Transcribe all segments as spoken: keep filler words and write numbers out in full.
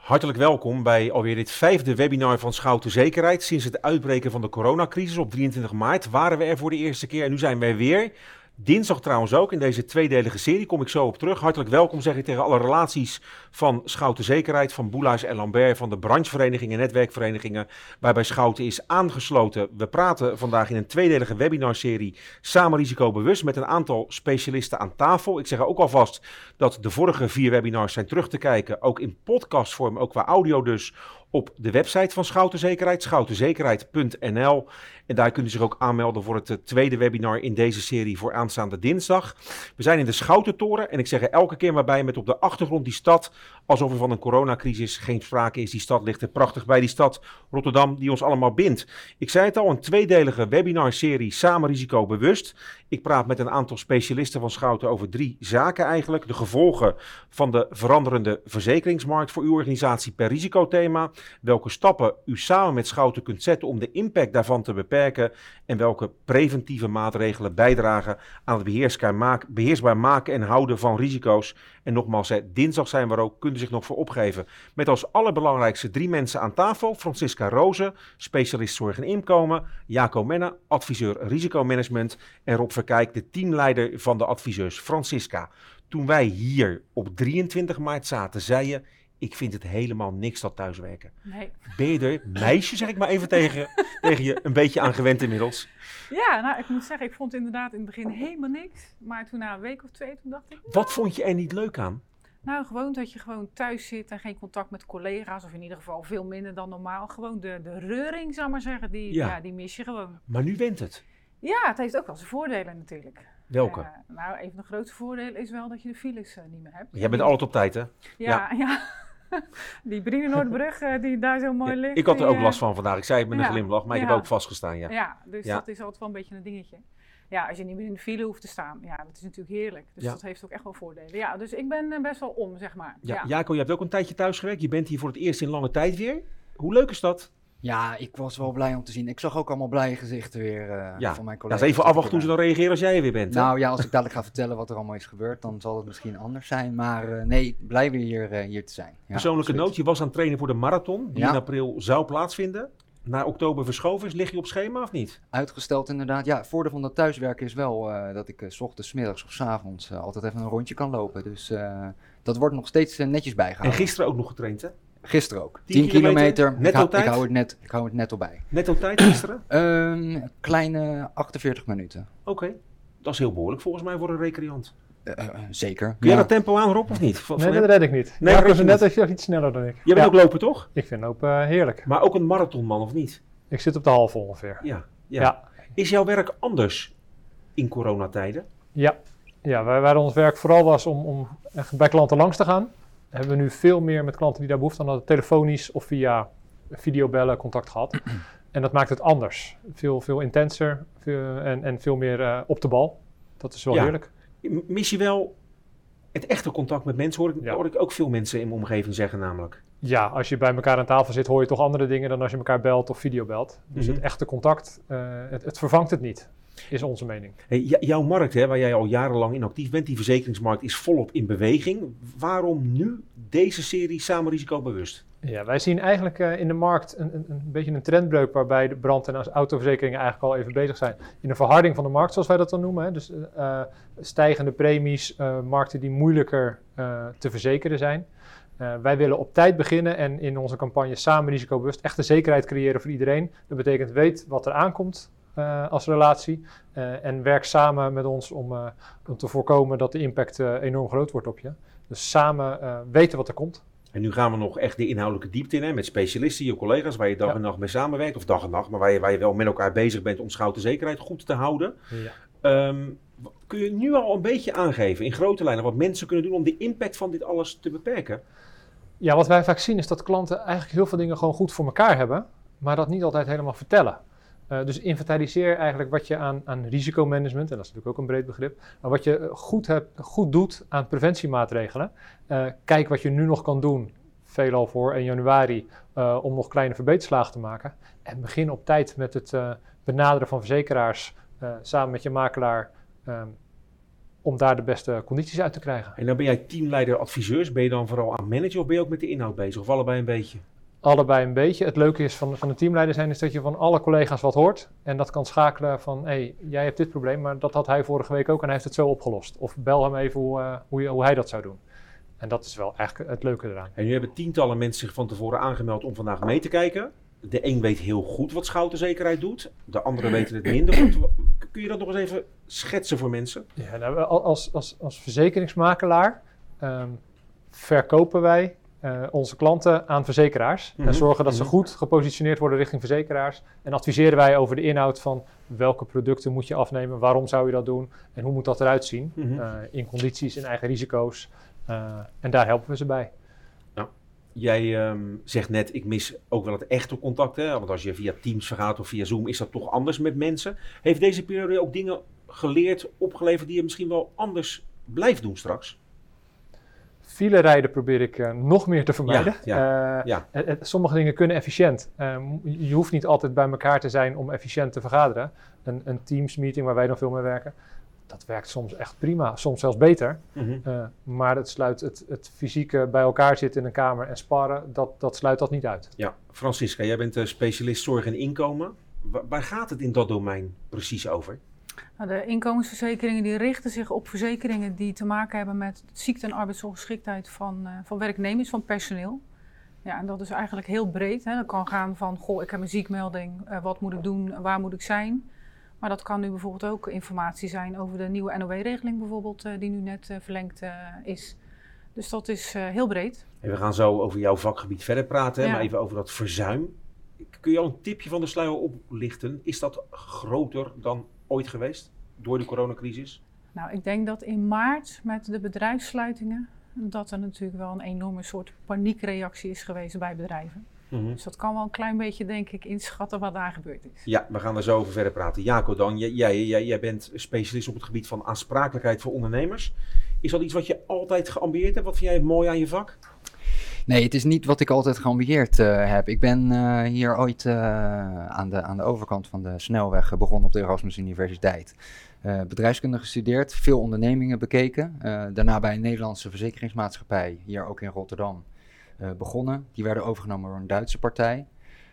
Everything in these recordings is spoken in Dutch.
Hartelijk welkom bij alweer dit vijfde webinar van Schouten Zekerheid. Sinds het uitbreken van de coronacrisis op drieëntwintig maart waren we er voor de eerste keer en nu zijn we er weer. Dinsdag trouwens ook in deze tweedelige serie, kom ik zo op terug. Hartelijk welkom zeg ik tegen alle relaties van Schouten Zekerheid, van Boelaars en Lambert, van de brancheverenigingen en netwerkverenigingen waarbij Schouten is aangesloten. We praten vandaag in een tweedelige webinarserie samen risicobewust met een aantal specialisten aan tafel. Ik zeg ook alvast dat de vorige vier webinars zijn terug te kijken, ook in podcastvorm, ook qua audio dus, op de website van Schouten Zekerheid, schoutenzekerheid punt n l. En daar kunt u zich ook aanmelden voor het tweede webinar in deze serie voor aanstaande dinsdag. We zijn in de Schoutentoren en ik zeg er elke keer maar bij met op de achtergrond die stad, alsof er van een coronacrisis geen sprake is. Die stad ligt er prachtig bij, die stad Rotterdam die ons allemaal bindt. Ik zei het al, een tweedelige webinarserie samen risicobewust. Ik praat met een aantal specialisten van Schouten over drie zaken eigenlijk. De gevolgen van de veranderende verzekeringsmarkt voor uw organisatie per risicothema. Welke stappen u samen met Schouten kunt zetten om de impact daarvan te beperken. En welke preventieve maatregelen bijdragen aan het beheersbaar maken, beheersbaar maken en houden van risico's. En nogmaals, hè, dinsdag zijn we er ook, kunt u zich nog voor opgeven. Met als allerbelangrijkste drie mensen aan tafel. Francisca Rozen, specialist zorg en inkomen. Jaco Menne, adviseur risicomanagement. En Rob Verkijk, de teamleider van de adviseurs. Francisca, toen wij hier op drieëntwintig maart zaten, zei je, ik vind het helemaal niks dat thuiswerken. Nee. Ben je er, meisje zeg ik maar even tegen, tegen je, een beetje aan gewend inmiddels? Ja, nou ik moet zeggen, ik vond inderdaad in het begin helemaal niks. Maar toen na een week of twee, toen dacht ik... Nou, wat vond je er niet leuk aan? Nou, gewoon dat je gewoon thuis zit en geen contact met collega's. Of in ieder geval veel minder dan normaal. Gewoon de, de reuring, zou maar zeggen, die, ja. Ja, die mis je gewoon. Maar nu went het. Ja, het heeft ook wel zijn voordelen natuurlijk. Welke? Uh, nou, een van de grootste voordelen is wel dat je de files uh, niet meer hebt. Jij bent altijd op tijd, hè? Ja, ja. ja. Die Brienenoordbrug uh, die daar zo mooi ja, ligt. Ik had er ook die, last van vandaag. Ik zei het met een ja, glimlach, maar ja. ik heb ook vastgestaan, ja. Ja, dus ja. dat is altijd wel een beetje een dingetje. Ja, als je niet meer in de file hoeft te staan. Ja, dat is natuurlijk heerlijk. Dus ja. dat heeft ook echt wel voordelen. Ja, dus ik ben uh, best wel om, zeg maar. Ja, ja. Jaco, je hebt ook een tijdje thuis gewerkt. Je bent hier voor het eerst in lange tijd weer. Hoe leuk is dat? Ja, ik was wel blij om te zien. Ik zag ook allemaal blije gezichten weer uh, ja. van mijn collega's. Ja, dat is even afwachten hoe ze dan reageren als jij er weer bent. Hè? Nou ja, als ik dadelijk ga vertellen wat er allemaal is gebeurd, dan zal het misschien anders zijn. Maar uh, nee, blij weer hier, uh, hier te zijn. Ja, persoonlijke absoluut. noot, je was aan het trainen voor de marathon, die ja. in april zou plaatsvinden. Naar oktober verschoven is. Lig je op schema of niet? Uitgesteld inderdaad. Ja, het voordeel van dat thuiswerken is wel uh, dat ik uh, 's ochtends, 's middags of 's avonds uh, altijd even een rondje kan lopen. Dus uh, dat wordt nog steeds uh, netjes bijgehouden. En gisteren ook nog getraind, hè? Gisteren ook. tien kilometer. Netto ik, tijd? Ik hou het net, ik hou het netto bij. Netto tijd gisteren? Een kleine achtenveertig minuten. Oké. Okay. Dat is heel behoorlijk volgens mij voor een recreant. Uh, uh, zeker. Kun jij ja. dat tempo aan, Rob, of niet? Van, nee, van dat red ik niet. Nee, ik ben net even iets sneller dan ik. Jij bent ja. ook lopen, toch? Ik vind lopen uh, heerlijk. Maar ook een marathonman, of niet? Ik zit op de halve ongeveer. Ja, ja. ja. Is jouw werk anders in coronatijden? Ja, ja waar, waar ons werk vooral was om, om echt bij klanten langs te gaan, hebben we nu veel meer met klanten die daar behoefte aan hadden, telefonisch of via videobellen contact gehad. En dat maakt het anders. Veel, veel intenser veel, en, en veel meer uh, op de bal. Dat is wel ja. heerlijk. Mis je wel het echte contact met mensen? Hoor ik, ja. hoor ik ook veel mensen in mijn omgeving zeggen namelijk. Ja, als je bij elkaar aan tafel zit, hoor je toch andere dingen dan als je elkaar belt of videobelt. Dus mm-hmm. het echte contact, uh, het, het vervangt het niet, is onze mening. Hey, j- jouw markt, hè, waar jij al jarenlang in actief bent, die verzekeringsmarkt is volop in beweging. Waarom nu deze serie samen risicobewust? Ja, wij zien eigenlijk uh, in de markt een, een, een beetje een trendbreuk waarbij de brand- en autoverzekeringen eigenlijk al even bezig zijn in een verharding van de markt, zoals wij dat dan noemen. Hè. Dus uh, stijgende premies, uh, markten die moeilijker uh, te verzekeren zijn. Uh, wij willen op tijd beginnen en in onze campagne samen risicobewust echt de zekerheid creëren voor iedereen. Dat betekent weet wat er aankomt uh, als relatie uh, en werk samen met ons om, uh, om te voorkomen dat de impact uh, enorm groot wordt op je. Dus samen uh, weten wat er komt. En nu gaan we nog echt de inhoudelijke diepte in, hè, met specialisten, je collega's, waar je dag ja. en nacht mee samenwerkt. Of dag en nacht, maar waar je, waar je wel met elkaar bezig bent om Schouten Zekerheid goed te houden. Ja. Um, kun je nu al een beetje aangeven, in grote lijnen, wat mensen kunnen doen om de impact van dit alles te beperken? Ja, wat wij vaak zien is dat klanten eigenlijk heel veel dingen gewoon goed voor elkaar hebben, maar dat niet altijd helemaal vertellen. Uh, dus inventariseer eigenlijk wat je aan, aan risicomanagement, en dat is natuurlijk ook een breed begrip, maar wat je goed, hebt, goed doet aan preventiemaatregelen. Uh, kijk wat je nu nog kan doen, veelal voor één januari, uh, om nog kleine verbeterslagen te maken. En begin op tijd met het uh, benaderen van verzekeraars, uh, samen met je makelaar, um, om daar de beste condities uit te krijgen. En dan ben jij teamleider adviseurs. Ben je dan vooral aan managen of ben je ook met de inhoud bezig? Of allebei een beetje? Allebei een beetje. Het leuke is van, van een teamleider zijn is dat je van alle collega's wat hoort. En dat kan schakelen van, hé, hey, jij hebt dit probleem, maar dat had hij vorige week ook en hij heeft het zo opgelost. Of bel hem even hoe, uh, hoe, je, hoe hij dat zou doen. En dat is wel eigenlijk het leuke eraan. En nu hebben tientallen mensen zich van tevoren aangemeld om vandaag mee te kijken. De een weet heel goed wat schouderzekerheid doet. De andere weten het minder goed. Kun je dat nog eens even schetsen voor mensen? Ja, nou, als, als, als verzekeringsmakelaar um, verkopen wij uh, onze klanten aan verzekeraars. Mm-hmm. En zorgen dat ze goed gepositioneerd worden richting verzekeraars. En adviseren wij over de inhoud van welke producten moet je afnemen. Waarom zou je dat doen? En hoe moet dat eruit zien? Mm-hmm. Uh, in condities, in eigen risico's. Uh, en daar helpen we ze bij. Nou, jij um, zegt net, ik mis ook wel het echte contact. Hè? Want als je via Teams vergaat of via Zoom, is dat toch anders met mensen. Heeft deze periode ook dingen geleerd, opgeleverd die je misschien wel anders blijft doen straks? File rijden probeer ik uh, nog meer te vermijden. Ja, ja, uh, ja. Uh, sommige dingen kunnen efficiënt. Uh, je hoeft niet altijd bij elkaar te zijn om efficiënt te vergaderen. Een, een Teams meeting waar wij dan veel mee werken. Dat werkt soms echt prima, soms zelfs beter. Mm-hmm. Uh, maar het sluit het, het fysieke bij elkaar zitten in een kamer en sparren, dat, dat sluit dat niet uit. Ja, Francisca, jij bent uh, specialist zorg en inkomen. Wa- waar gaat het in dat domein precies over? Nou, de inkomensverzekeringen die richten zich op verzekeringen die te maken hebben met ziekte en arbeidsongeschiktheid van, uh, van werknemers, van personeel. Ja, en dat is eigenlijk heel breed. Hè. Dat kan gaan van, goh, ik heb een ziekmelding, uh, wat moet ik doen, waar moet ik zijn? Maar dat kan nu bijvoorbeeld ook informatie zijn over de nieuwe N O W-regeling bijvoorbeeld, uh, die nu net uh, verlengd uh, is. Dus dat is uh, heel breed. En we gaan zo over jouw vakgebied verder praten, hè, ja. maar even over dat verzuim. Kun je al een tipje van de sluier oplichten? Is dat groter dan ooit geweest door de coronacrisis? Nou, ik denk dat in maart met de bedrijfssluitingen, dat er natuurlijk wel een enorme soort paniekreactie is geweest bij bedrijven. Mm-hmm. Dus dat kan wel een klein beetje, denk ik, inschatten wat daar gebeurd is. Ja, we gaan er zo over verder praten. Jaco dan, jij, jij, jij, jij bent specialist op het gebied van aansprakelijkheid voor ondernemers. Is dat iets wat je altijd geambieerd hebt? Wat vind jij mooi aan je vak? Nee, het is niet wat ik altijd geambieerd uh, heb. Ik ben uh, hier ooit uh, aan, de, aan de overkant van de snelweg uh, begonnen op de Erasmus Universiteit. Uh, bedrijfskunde gestudeerd, veel ondernemingen bekeken. Uh, daarna bij een Nederlandse verzekeringsmaatschappij, hier ook in Rotterdam, uh, begonnen. Die werden overgenomen door een Duitse partij.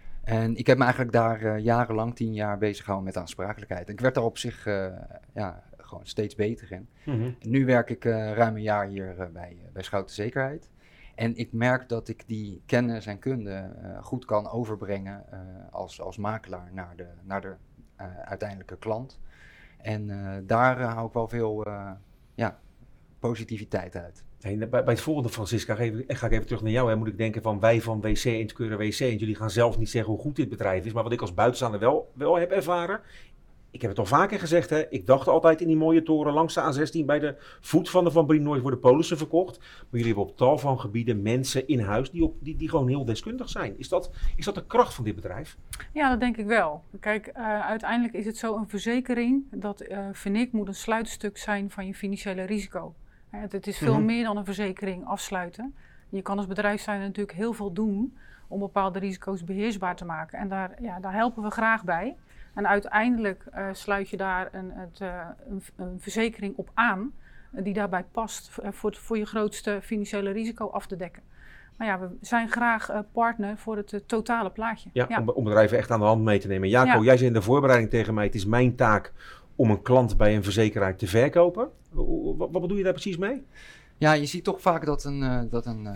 En ik heb me eigenlijk daar uh, jarenlang, tien jaar, bezig gehouden met aansprakelijkheid. En ik werd daar op zich uh, ja, gewoon steeds beter in. Mm-hmm. Nu werk ik uh, ruim een jaar hier uh, bij, uh, bij Schoutenzekerheid. En ik merk dat ik die kennis en kunde uh, goed kan overbrengen uh, als, als makelaar naar de, naar de uh, uiteindelijke klant. En uh, daar uh, hou ik wel veel uh, ja, positiviteit uit. Hey, bij, bij het volgende, Francisca, ga, even, ga ik even terug naar jou. Hè. Moet ik denken van wij van W C en te keuren W C. En jullie gaan zelf niet zeggen hoe goed dit bedrijf is. Maar wat ik als buitenstaander wel, wel heb ervaren. Ik heb het al vaker gezegd, hè. Ik dacht altijd in die mooie toren langs de A zestien bij de voet van de Van Brienoord worden polissen verkocht. Maar jullie hebben op tal van gebieden mensen in huis die, op, die, die gewoon heel deskundig zijn. Is dat, is dat de kracht van dit bedrijf? Ja, dat denk ik wel. Kijk, uh, uiteindelijk is het zo een verzekering, dat uh, vind ik moet een sluitstuk zijn van je financiële risico. Uh, het, het is veel mm-hmm. meer dan een verzekering afsluiten. Je kan als bedrijf zijn natuurlijk heel veel doen om bepaalde risico's beheersbaar te maken. En daar, ja, daar helpen we graag bij. En uiteindelijk uh, sluit je daar een, het, uh, een, een verzekering op aan uh, die daarbij past uh, voor, voor je grootste financiële risico af te dekken. Maar ja, we zijn graag uh, partner voor het uh, totale plaatje. Ja, ja. Om, om bedrijven echt aan de hand mee te nemen. Jaco, ja. Jij zei in de voorbereiding tegen mij, het is mijn taak om een klant bij een verzekeraar te verkopen. Wat, wat bedoel je daar precies mee? Ja, je ziet toch vaak dat een, uh, dat een uh,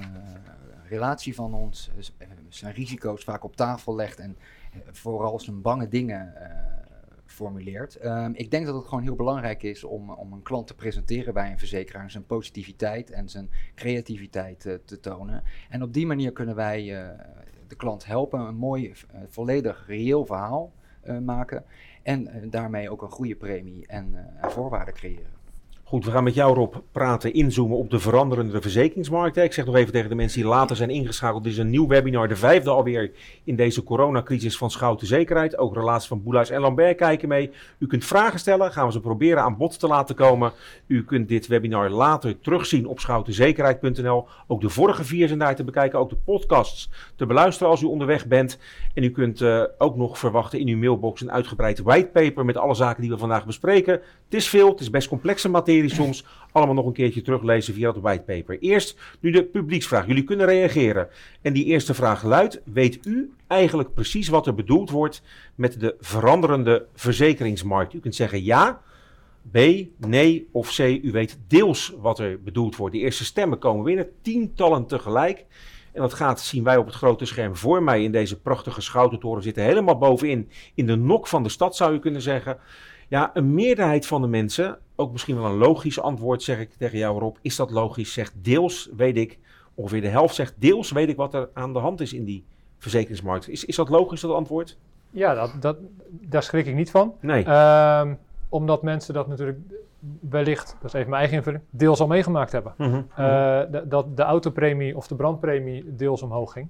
relatie van ons uh, zijn risico's vaak op tafel legt en vooral zijn bange dingen uh, formuleert. Um, ik denk dat het gewoon heel belangrijk is om, om een klant te presenteren bij een verzekeraar, zijn positiviteit en zijn creativiteit uh, te tonen. En op die manier kunnen wij uh, de klant helpen, een mooi, uh, volledig reëel verhaal uh, maken en uh, daarmee ook een goede premie en, uh, en voorwaarden creëren. Goed, we gaan met jou, Rob, praten, inzoomen op de veranderende verzekeringsmarkt. Ik zeg nog even tegen de mensen die later zijn ingeschakeld. Dit is een nieuw webinar, de vijfde alweer in deze coronacrisis van Schoutenzekerheid. Ook relaties van Boelhuis en Lambert kijken mee. U kunt vragen stellen, gaan we ze proberen aan bod te laten komen. U kunt dit webinar later terugzien op schoutenzekerheid punt n l. Ook de vorige vier zijn daar te bekijken, ook de podcasts te beluisteren als u onderweg bent. En u kunt uh, ook nog verwachten in uw mailbox een uitgebreid whitepaper met alle zaken die we vandaag bespreken. Het is veel, het is best complexe materie. serie soms allemaal nog een keertje teruglezen via het whitepaper. Eerst nu de publieksvraag. Jullie kunnen reageren. En die eerste vraag luidt: weet u eigenlijk precies wat er bedoeld wordt met de veranderende verzekeringsmarkt? U kunt zeggen ja, B, nee of C. U weet deels wat er bedoeld wordt. De eerste stemmen komen binnen, tientallen tegelijk. En dat gaat, zien wij op het grote scherm voor mij in deze prachtige schoutentoren zitten. Helemaal bovenin, in de nok van de stad zou je kunnen zeggen. Ja, een meerderheid van de mensen, ook misschien wel een logisch antwoord zeg ik tegen jou Rob. Is dat logisch? Zegt deels weet ik, ongeveer de helft zegt deels weet ik wat er aan de hand is in die verzekeringsmarkt. Is, is dat logisch, dat antwoord? Ja, dat, dat, daar schrik ik niet van. Nee. Uh, omdat mensen dat natuurlijk wellicht, dat is even mijn eigen invulling, deels al meegemaakt hebben. Mm-hmm. Uh, d- dat de autopremie of de brandpremie deels omhoog ging.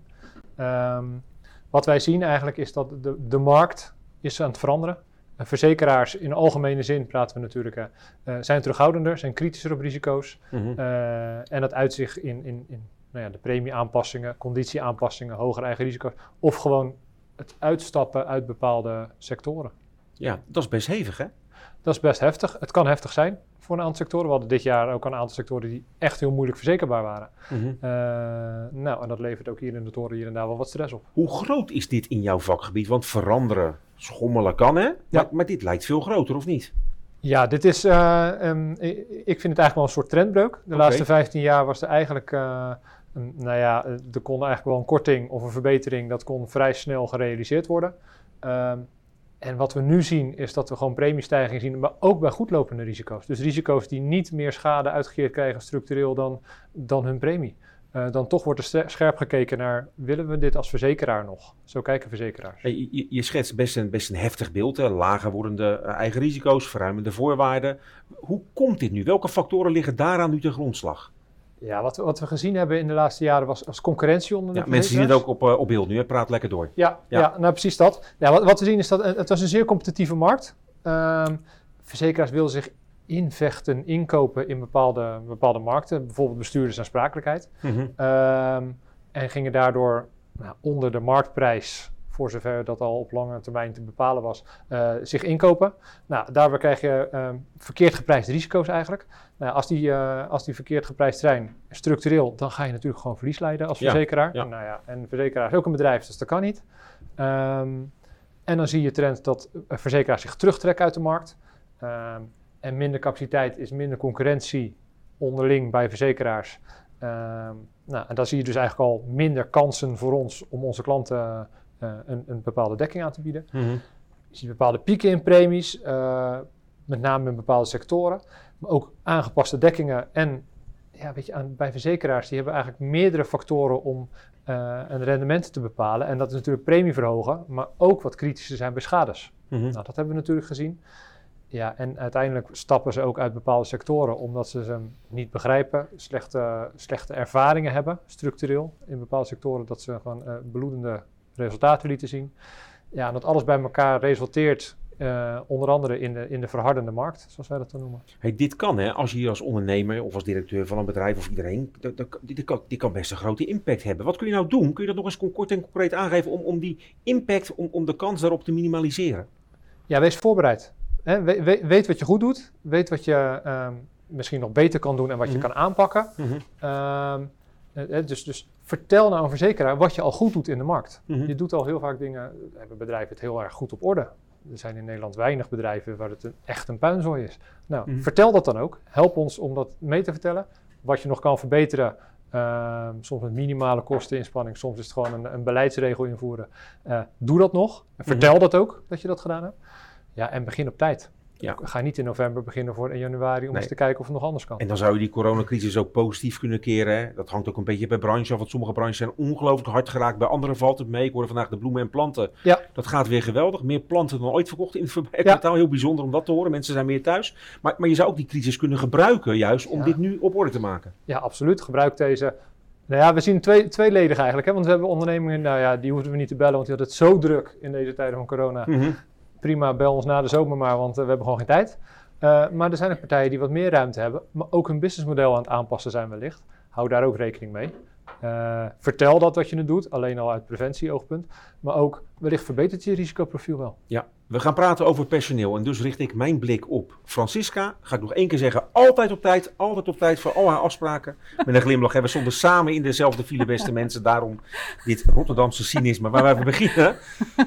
Um, wat wij zien eigenlijk is dat de, de markt is aan het veranderen. Uh, verzekeraars in algemene zin praten we natuurlijk, uh, uh, zijn terughoudender, zijn kritischer op risico's. Mm-hmm. Uh, en dat uitzicht in, in, in nou ja, de premieaanpassingen, conditieaanpassingen, hoger eigen risico's. Of gewoon het uitstappen uit bepaalde sectoren. Ja, dat is best hevig hè? Dat is best heftig. Het kan heftig zijn voor een aantal sectoren. We hadden dit jaar ook een aantal sectoren die echt heel moeilijk verzekerbaar waren. Mm-hmm. Uh, nou, en dat levert ook hier in de toren hier en daar wel wat stress op. Hoe groot is dit in jouw vakgebied? Want veranderen, schommelen kan hè? Ja. Maar, maar dit lijkt veel groter of niet? Ja, dit is, uh, um, ik, ik vind het eigenlijk wel een soort trendbreuk. De Okay. laatste vijftien jaar was er eigenlijk, uh, een, nou ja, er kon eigenlijk wel een korting of een verbetering, dat kon vrij snel gerealiseerd worden. Um, En wat we nu zien is dat we gewoon premiestijging zien, maar ook bij goedlopende risico's. Dus risico's die niet meer schade uitgekeerd krijgen structureel dan, dan hun premie. Uh, dan toch wordt er scherp gekeken naar, willen we dit als verzekeraar nog? Zo kijken verzekeraars. Je, je, je schetst best een, best een heftig beeld, hè? Lager wordende uh, eigen risico's, verruimende voorwaarden. Hoe komt dit nu? Welke factoren liggen daaraan nu ten grondslag? Ja, wat we, wat we gezien hebben in de laatste jaren was als concurrentie onder de Ja, mensen zien het ook op, uh, op beeld nu, hè? Praat lekker door. Ja, ja. ja nou precies dat. Ja, wat, wat we zien is dat het was een zeer competitieve markt. Um, verzekeraars wilden zich invechten, inkopen in bepaalde, bepaalde markten. Bijvoorbeeld bestuurdersaansprakelijkheid. Mm-hmm. Um, en gingen daardoor nou, onder de marktprijs, voor zover dat al op lange termijn te bepalen was, uh, zich inkopen. Nou, daarbij krijg je uh, verkeerd geprijsde risico's eigenlijk. Nou, als, die, uh, als die verkeerd geprijsd zijn, structureel, dan ga je natuurlijk gewoon verlies leiden als verzekeraar. Ja, ja. Nou ja, en verzekeraar is ook een bedrijf, dus dat kan niet. Um, en dan zie je trend dat verzekeraars zich terugtrekken uit de markt. Um, en minder capaciteit is minder concurrentie onderling bij verzekeraars. Um, nou, en dan zie je dus eigenlijk al minder kansen voor ons om onze klanten Uh, een, een bepaalde dekking aan te bieden. Mm-hmm. Je ziet bepaalde pieken in premies, uh, met name in bepaalde sectoren, maar ook aangepaste dekkingen. En ja, weet je, aan, bij verzekeraars die hebben eigenlijk meerdere factoren om uh, een rendement te bepalen. En dat is natuurlijk premie verhogen, maar ook wat kritischer zijn bij schades. Mm-hmm. Nou, dat hebben we natuurlijk gezien. Ja, en uiteindelijk stappen ze ook uit bepaalde sectoren omdat ze ze niet begrijpen, slechte, slechte ervaringen hebben, structureel in bepaalde sectoren, dat ze gewoon uh, bloedende resultaten lieten zien. Ja, en dat alles bij elkaar resulteert uh, onder andere in de, in de verhardende markt, zoals wij dat dan noemen. Hey, dit kan hè, als je hier als ondernemer of als directeur van een bedrijf of iedereen, dat, dat, dit, kan, dit kan best een grote impact hebben. Wat kun je nou doen? Kun je dat nog eens kort en concreet aangeven om, om die impact, om, om de kans daarop te minimaliseren? Ja, wees voorbereid. Hè, we, we, weet wat je goed doet, weet wat je um, misschien nog beter kan doen en wat mm-hmm. je kan aanpakken. Mm-hmm. Um, Dus, dus vertel nou een verzekeraar wat je al goed doet in de markt. Mm-hmm. Je doet al heel vaak dingen, hebben bedrijven het heel erg goed op orde. Er zijn in Nederland weinig bedrijven waar het een, echt een puinzooi is. Nou, mm-hmm. vertel dat dan ook. Help ons om dat mee te vertellen. Wat je nog kan verbeteren. Uh, soms met minimale kosteninspanning. Soms is het gewoon een, een beleidsregel invoeren. Uh, doe dat nog. Vertel mm-hmm. dat ook, dat je dat gedaan hebt. Ja, en begin op tijd. Ja. Ga niet in november beginnen voor in januari om nee. eens te kijken of het nog anders kan. En dan zou je die coronacrisis ook positief kunnen keren. Hè? Dat hangt ook een beetje bij branche af. Want sommige branches zijn ongelooflijk hard geraakt. Bij anderen valt het mee. Ik hoorde vandaag de bloemen en planten. Ja. Dat gaat weer geweldig. Meer planten dan ooit verkocht in het voorbije kwartaal. Ja. Heel bijzonder om dat te horen. Mensen zijn meer thuis. Maar, maar je zou ook die crisis kunnen gebruiken juist om ja. dit nu op orde te maken. Ja, absoluut. Gebruik deze. Nou ja, we zien twee, tweeledig eigenlijk. Hè? Want we hebben ondernemingen, nou ja, die hoeven we niet te bellen. Want die hadden het zo druk in deze tijden van corona. Mm-hmm. Prima, bel ons na de zomer maar, want uh, we hebben gewoon geen tijd. Uh, maar er zijn ook partijen die wat meer ruimte hebben, maar ook hun businessmodel aan het aanpassen zijn wellicht. Hou daar ook rekening mee. Uh, vertel dat wat je het doet, alleen al uit preventie-oogpunt. Maar ook wellicht verbetert je risicoprofiel wel. Ja, we gaan praten over personeel en dus richt ik mijn blik op Francisca. Ga ik nog één keer zeggen, altijd op tijd, altijd op tijd voor al haar afspraken. Met een glimlach hebben we stonden samen in dezelfde file, beste mensen. Daarom dit Rotterdamse cynisme. Maar we beginnen,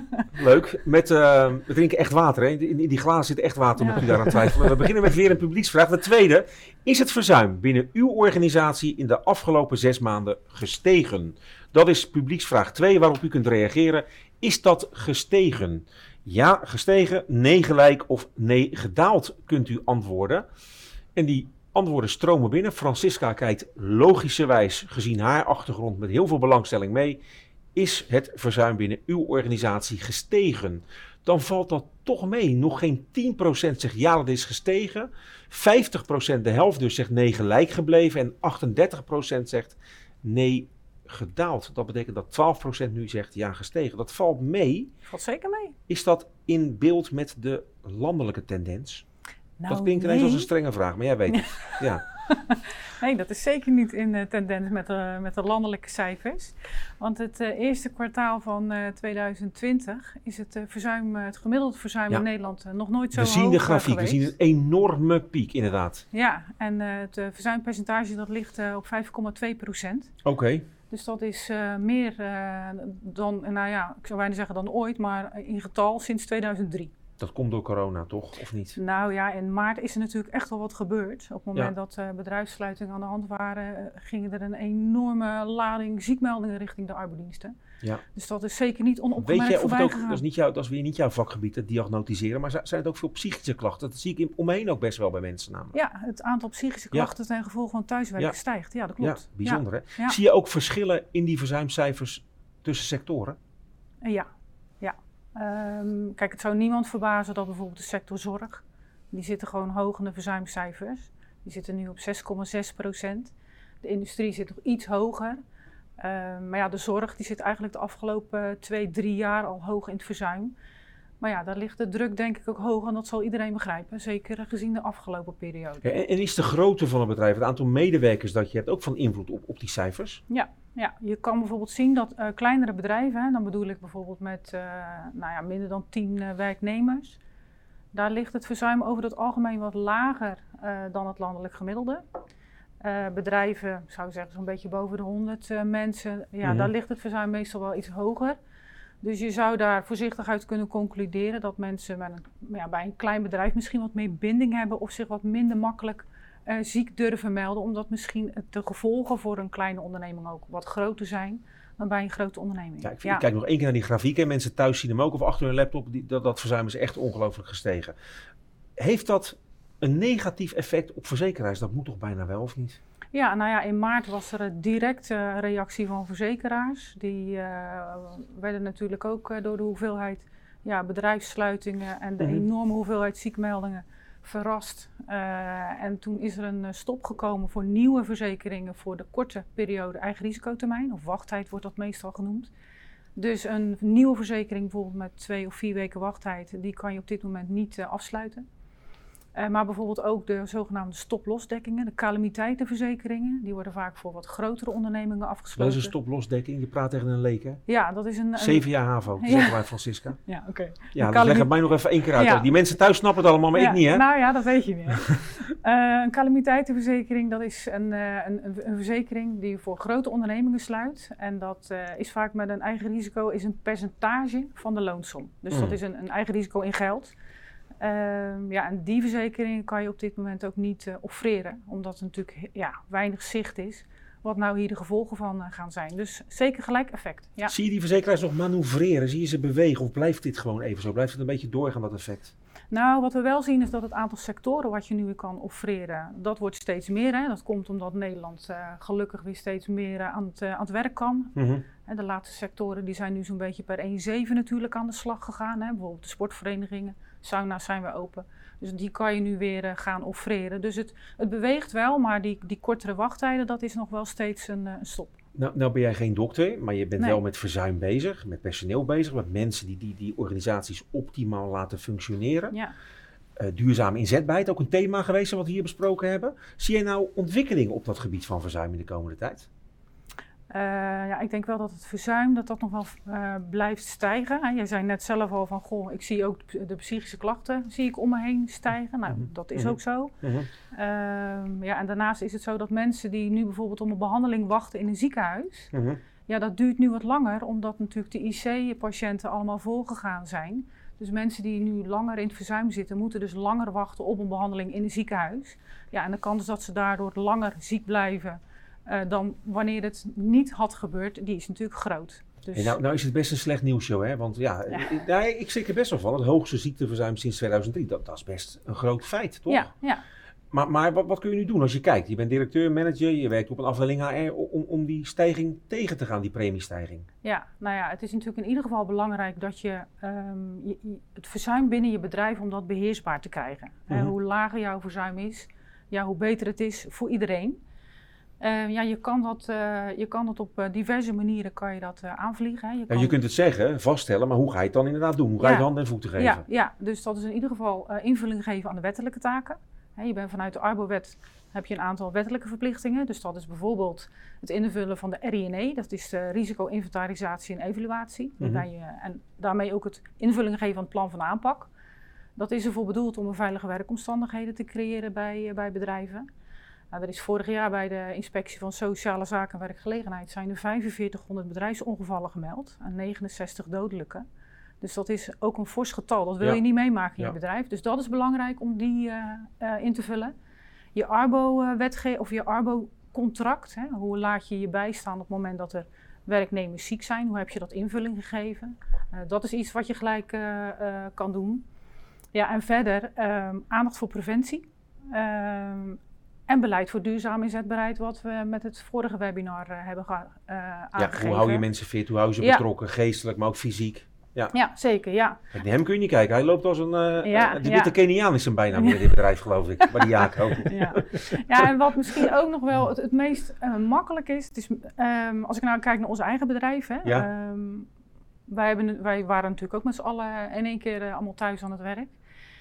leuk, met uh, we drinken echt water. Hè? In, in die glazen zit echt water, ja. Moet u daar aan twijfelen. We beginnen met weer een publieksvraag. De tweede, is het verzuim binnen uw organisatie in de afgelopen zes maanden gestegen? Dat is publieksvraag twee, waarop u kunt reageren. Is dat gestegen? Ja, gestegen, nee gelijk of nee gedaald kunt u antwoorden. En die antwoorden stromen binnen. Francisca kijkt logischerwijs gezien haar achtergrond met heel veel belangstelling mee. Is het verzuim binnen uw organisatie gestegen? Dan valt dat toch mee. Nog geen tien procent zegt ja, dat is gestegen. vijftig procent, de helft dus, zegt nee gelijk gebleven. En achtendertig procent zegt nee gedaald. Dat betekent dat twaalf procent nu zegt ja gestegen. Dat valt mee. Valt zeker mee. Is dat in beeld met de landelijke tendens? Nou, dat klinkt ineens nee. als een strenge vraag, maar jij weet het. Ja. Nee, dat is zeker niet in uh, tendens met de, met de landelijke cijfers. Want het uh, eerste kwartaal van uh, tweeduizend twintig is het, uh, verzuim, uh, het gemiddelde verzuim ja. in Nederland uh, nog nooit zo hoog geweest. We zien de grafiek, geweest. we zien een enorme piek inderdaad. Ja, en uh, het uh, verzuimpercentage dat ligt uh, op vijf komma twee procent. Oké. Okay. Dus dat is uh, meer uh, dan, nou ja, ik zou bijna zeggen dan ooit, maar in getal sinds tweeduizend drie. Dat komt door corona, toch? Of niet? Nou ja, in maart is er natuurlijk echt wel wat gebeurd. Op het moment ja. dat uh, bedrijfssluitingen aan de hand waren, uh, gingen er een enorme lading ziekmeldingen richting de arbeidsdiensten. Ja. Dus dat is zeker niet onopgemerkt Weet jij of het ook, gegaan. dat is, niet jouw, dat is weer niet jouw vakgebied, het diagnosticeren, maar zijn het ook veel psychische klachten? Dat zie ik om me heen ook best wel bij mensen namelijk. Ja, het aantal psychische klachten ja. ten gevolge van thuiswerken ja. stijgt. Ja, dat klopt. Ja, bijzonder ja. hè? Ja. Zie je ook verschillen in die verzuimcijfers tussen sectoren? Uh, ja, ja. Um, kijk, het zou niemand verbazen dat bijvoorbeeld de sector zorg, die zitten gewoon hoog in de verzuimcijfers. Die zitten nu op zes komma zes procent. De industrie zit nog iets hoger. Uh, maar ja, de zorg die zit eigenlijk de afgelopen twee, drie jaar al hoog in het verzuim. Maar ja, daar ligt de druk denk ik ook hoog en dat zal iedereen begrijpen. Zeker gezien de afgelopen periode. Ja, en is de grootte van het bedrijf, het aantal medewerkers dat je hebt, ook van invloed op, op die cijfers? Ja, ja, je kan bijvoorbeeld zien dat uh, kleinere bedrijven, hè, dan bedoel ik bijvoorbeeld met uh, nou ja, minder dan tien uh, werknemers. Daar ligt het verzuim over het algemeen wat lager uh, dan het landelijk gemiddelde. Uh, bedrijven, ik zou zeggen zo'n beetje boven de honderd uh, mensen, ja, mm-hmm. daar ligt het verzuim meestal wel iets hoger. Dus je zou daar voorzichtig uit kunnen concluderen dat mensen met een, ja, bij een klein bedrijf misschien wat meer binding hebben of zich wat minder makkelijk uh, ziek durven melden, omdat misschien de gevolgen voor een kleine onderneming ook wat groter zijn dan bij een grote onderneming. Ja, ik, ja. ik kijk nog één keer naar die grafieken. Mensen thuis zien hem ook of achter hun laptop. Die, dat, dat verzuim is echt ongelooflijk gestegen. Heeft dat een negatief effect op verzekeraars? Dat moet toch bijna wel, of niet? Ja, nou ja, in maart was er een directe reactie van verzekeraars. Die uh, werden natuurlijk ook uh, door de hoeveelheid ja, bedrijfssluitingen en de mm-hmm. enorme hoeveelheid ziekmeldingen verrast. Uh, en toen is er een uh, stop gekomen voor nieuwe verzekeringen voor de korte periode eigen risicotermijn, of wachttijd wordt dat meestal genoemd. Dus een nieuwe verzekering bijvoorbeeld met twee of vier weken wachttijd, die kan je op dit moment niet uh, afsluiten. Uh, maar bijvoorbeeld ook de zogenaamde stop-lossdekkingen, de calamiteitenverzekeringen, die worden vaak voor wat grotere ondernemingen afgesloten. Dat is een stop-lossdekking, je praat tegen een leek hè? Ja, dat is een... een Zeven jaar HAVO, ja. Zeggen wij Francisca. Ja, oké. Okay. Ja, dus calamite- leg het mij nog even één keer uit. Ja. Die mensen thuis snappen het allemaal, maar ja, ik niet hè? Nou ja, dat weet je niet. uh, een calamiteitenverzekering, dat is een, uh, een, een verzekering die je voor grote ondernemingen sluit. En dat uh, is vaak met een eigen risico, is een percentage van de loonsom. Dus mm. dat is een, een eigen risico in geld. Uh, ja, en die verzekering kan je op dit moment ook niet uh, offreren, omdat er natuurlijk ja, weinig zicht is wat nou hier de gevolgen van uh, gaan zijn. Dus zeker gelijk effect. Ja. Zie je die verzekeraars nog manoeuvreren? Zie je ze bewegen of blijft dit gewoon even zo? Blijft het een beetje doorgaan, dat effect? Nou, wat we wel zien is dat het aantal sectoren wat je nu weer kan offreren, dat wordt steeds meer. Hè. Dat komt omdat Nederland uh, gelukkig weer steeds meer uh, aan, het, uh, aan het werk kan. Mm-hmm. En de laatste sectoren die zijn nu zo'n beetje per één zeven natuurlijk aan de slag gegaan. Hè. Bijvoorbeeld de sportverenigingen, sauna's zijn weer open. Dus die kan je nu weer uh, gaan offreren. Dus het, het beweegt wel, maar die, die kortere wachttijden, dat is nog wel steeds een, uh, een stop. Nou, nou ben jij geen dokter, maar je bent nee. wel met verzuim bezig, met personeel bezig, met mensen die die, die organisaties optimaal laten functioneren. Ja. Uh, duurzame inzetbaarheid, ook een thema geweest wat we hier besproken hebben. Zie jij nou ontwikkelingen op dat gebied van verzuim in de komende tijd? Uh, ja, ik denk wel dat het verzuim dat dat nog wel uh, blijft stijgen. Hè. Jij zei net zelf al van, goh, ik zie ook de, de psychische klachten zie ik om me heen stijgen. Nou, mm-hmm. dat is mm-hmm. ook zo. Mm-hmm. Uh, ja, en daarnaast is het zo dat mensen die nu bijvoorbeeld om een behandeling wachten in een ziekenhuis, mm-hmm. ja, dat duurt nu wat langer, omdat natuurlijk de I C-patiënten allemaal volgegaan zijn. Dus mensen die nu langer in het verzuim zitten, moeten dus langer wachten op een behandeling in een ziekenhuis. Ja, en de kans dat ze daardoor langer ziek blijven Uh, dan wanneer het niet had gebeurd, die is natuurlijk groot. Dus... Hey, nou, nou is het best een slecht nieuwsshow, hè? Want ja, ja. Ik, nou, ik schrik er best wel van. Het hoogste ziekteverzuim sinds tweeduizend drie, dat, dat is best een groot feit, toch? Ja, ja. Maar, maar wat, wat kun je nu doen als je kijkt? Je bent directeur, manager, je werkt op een afdeling H R om, om die stijging tegen te gaan, die premiestijging. Ja, nou ja, het is natuurlijk in ieder geval belangrijk dat je, um, je, je het verzuim binnen je bedrijf, om dat beheersbaar te krijgen. Mm-hmm. Uh, hoe lager jouw verzuim is, ja, hoe beter het is voor iedereen. Uh, ja, je kan dat, uh, je kan dat op uh, diverse manieren kan je dat uh, aanvliegen. Hè. Je, ja, kan... je kunt het zeggen, vaststellen, maar hoe ga je het dan inderdaad doen? Hoe ga je ja. de handen en voeten geven? Ja, ja, dus dat is in ieder geval uh, invulling geven aan de wettelijke taken. Hè, je bent vanuit de Arbo-wet heb je een aantal wettelijke verplichtingen. Dus dat is bijvoorbeeld het invullen van de R I N E, dat is de risico-inventarisatie en evaluatie. Mm-hmm. Je, en daarmee ook het invulling geven aan het plan van aanpak. Dat is ervoor bedoeld om een veilige werkomstandigheden te creëren bij, uh, bij bedrijven. Nou, er is vorig jaar bij de Inspectie van Sociale Zaken en Werkgelegenheid zijn er vijfenveertighonderd bedrijfsongevallen gemeld en negenenzestig dodelijke. Dus dat is ook een fors getal. Dat wil ja. je niet meemaken in ja. je bedrijf. Dus dat is belangrijk om die uh, uh, in te vullen. Je Arbo-wetgeving of je Arbo-contract. Hè, hoe laat je je bijstaan op het moment dat er werknemers ziek zijn? Hoe heb je dat invulling gegeven? Uh, dat is iets wat je gelijk uh, uh, kan doen. Ja, en verder um, aandacht voor preventie. Um, En beleid voor duurzaam inzetbaarheid, wat we met het vorige webinar uh, hebben ge- uh, aangegeven. Ja, hoe hou je mensen fit, hoe hou je ze ja. betrokken, geestelijk, maar ook fysiek. Ja, ja zeker, ja. Kijk, naar hem kun je niet kijken, hij loopt als een, uh, ja, uh, de witte ja. Keniaan is zijn bijnaam in dit bedrijf, geloof ik, bij die Jaco. Ja. ja, en wat misschien ook nog wel het, het meest uh, makkelijk is, het is um, als ik nou kijk naar ons eigen bedrijf, hè, ja. um, wij, hebben, wij waren natuurlijk ook met z'n allen in één keer uh, allemaal thuis aan het werk.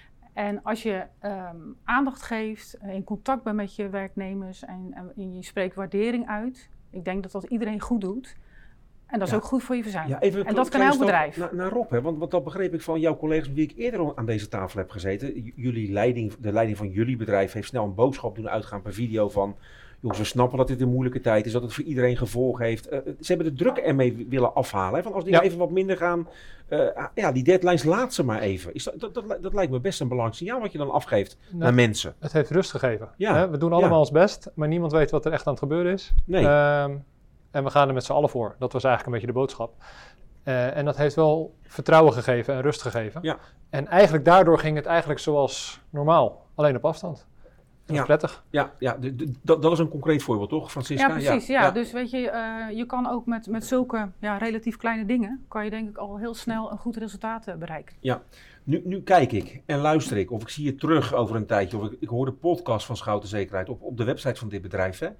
En als je um, aandacht geeft, in contact bent met je werknemers en, en je spreekt waardering uit, ik denk dat dat iedereen goed doet. En dat is ja. ook goed voor je verzuim. Ja, en dat kan elk bedrijf. Naar, naar Rob, hè? Want, want dat begreep ik van jouw collega's met wie ik eerder aan deze tafel heb gezeten. J- jullie leiding, de leiding van jullie bedrijf heeft snel een boodschap doen uitgaan per video van... Jongens, we snappen dat dit een moeilijke tijd is, dat het voor iedereen gevolg heeft. Uh, ze hebben de druk ermee willen afhalen. Hè? Van als dingen ja. even wat minder gaan, uh, ja, die deadlines laat ze maar even. Is dat, dat, dat, dat lijkt me best een belangrijk signaal wat je dan afgeeft nou, naar mensen. Het heeft rust gegeven. Ja. Hè? We doen allemaal ja. ons best, maar niemand weet wat er echt aan het gebeuren is. Nee. Um, en we gaan er met z'n allen voor. Dat was eigenlijk een beetje de boodschap. Uh, en dat heeft wel vertrouwen gegeven en rust gegeven. Ja. En eigenlijk daardoor ging het eigenlijk zoals normaal, alleen op afstand. Dat is ja, prettig. Ja, ja de, de, dat, dat is een concreet voorbeeld, toch, Francisca? Ja, precies. Ja. Ja. Dus weet je, uh, je kan ook met, met zulke ja, relatief kleine dingen, kan je denk ik al heel snel een goed resultaat uh, bereiken. Ja, nu, nu kijk ik en luister ik, of ik zie je terug over een tijdje, of ik, ik hoor de podcast van Schouten Zekerheid op, op de website van dit bedrijf. Hè.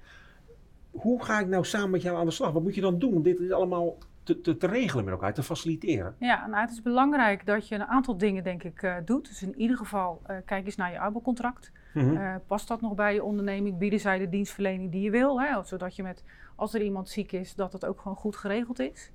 Hoe ga ik nou samen met jou aan de slag? Wat moet je dan doen om dit allemaal te, te, te regelen met elkaar, te faciliteren? Ja, nou, het is belangrijk dat je een aantal dingen, denk ik, uh, doet. Dus in ieder geval, uh, kijk eens naar je Arbo-contract. Mm-hmm. Uh, past dat nog bij je onderneming? Bieden zij de dienstverlening die je wil? Hè? Zodat je met, als er iemand ziek is, dat het ook gewoon goed geregeld is.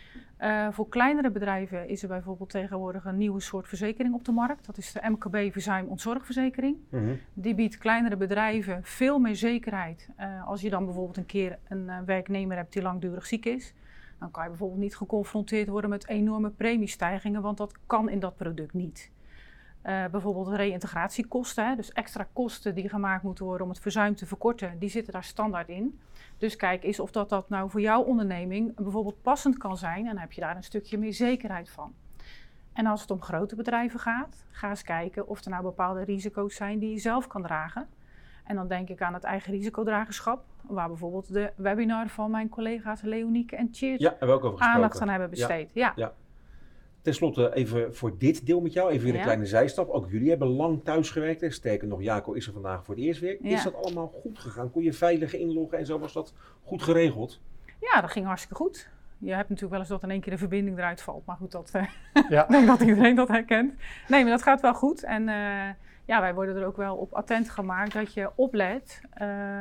Uh, voor kleinere bedrijven is er bijvoorbeeld tegenwoordig een nieuwe soort verzekering op de markt. Dat is de M K B Verzuim Ontzorgverzekering. Mm-hmm. Die biedt kleinere bedrijven veel meer zekerheid. Uh, als je dan bijvoorbeeld een keer een uh, werknemer hebt die langdurig ziek is, dan kan je bijvoorbeeld niet geconfronteerd worden met enorme premiestijgingen, want dat kan in dat product niet. Uh, bijvoorbeeld reïntegratiekosten, hè, dus extra kosten die gemaakt moeten worden om het verzuim te verkorten, die zitten daar standaard in. Dus kijk eens of dat, dat nou voor jouw onderneming bijvoorbeeld passend kan zijn en dan heb je daar een stukje meer zekerheid van. En als het om grote bedrijven gaat, ga eens kijken of er nou bepaalde risico's zijn die je zelf kan dragen. En dan denk ik aan het eigen risicodragerschap, waar bijvoorbeeld de webinar van mijn collega's Leonieke en Tjeerd ja, aandacht aan hebben besteed. Ja. Ja. Ja. Ten slotte even voor dit deel met jou, even weer een ja. kleine zijstap. Ook jullie hebben lang thuis gewerkt. Sterker nog, Jaco is er vandaag voor het eerst weer. Ja. Is dat allemaal goed gegaan? Kon je veilig inloggen en zo? Was dat goed geregeld? Ja, dat ging hartstikke goed. Je hebt natuurlijk wel eens dat in één keer de verbinding eruit valt. Maar goed, dat, uh, ja. ik denk dat iedereen dat herkent. Nee, maar dat gaat wel goed. En uh, ja, wij worden er ook wel op attent gemaakt dat je oplet. Uh,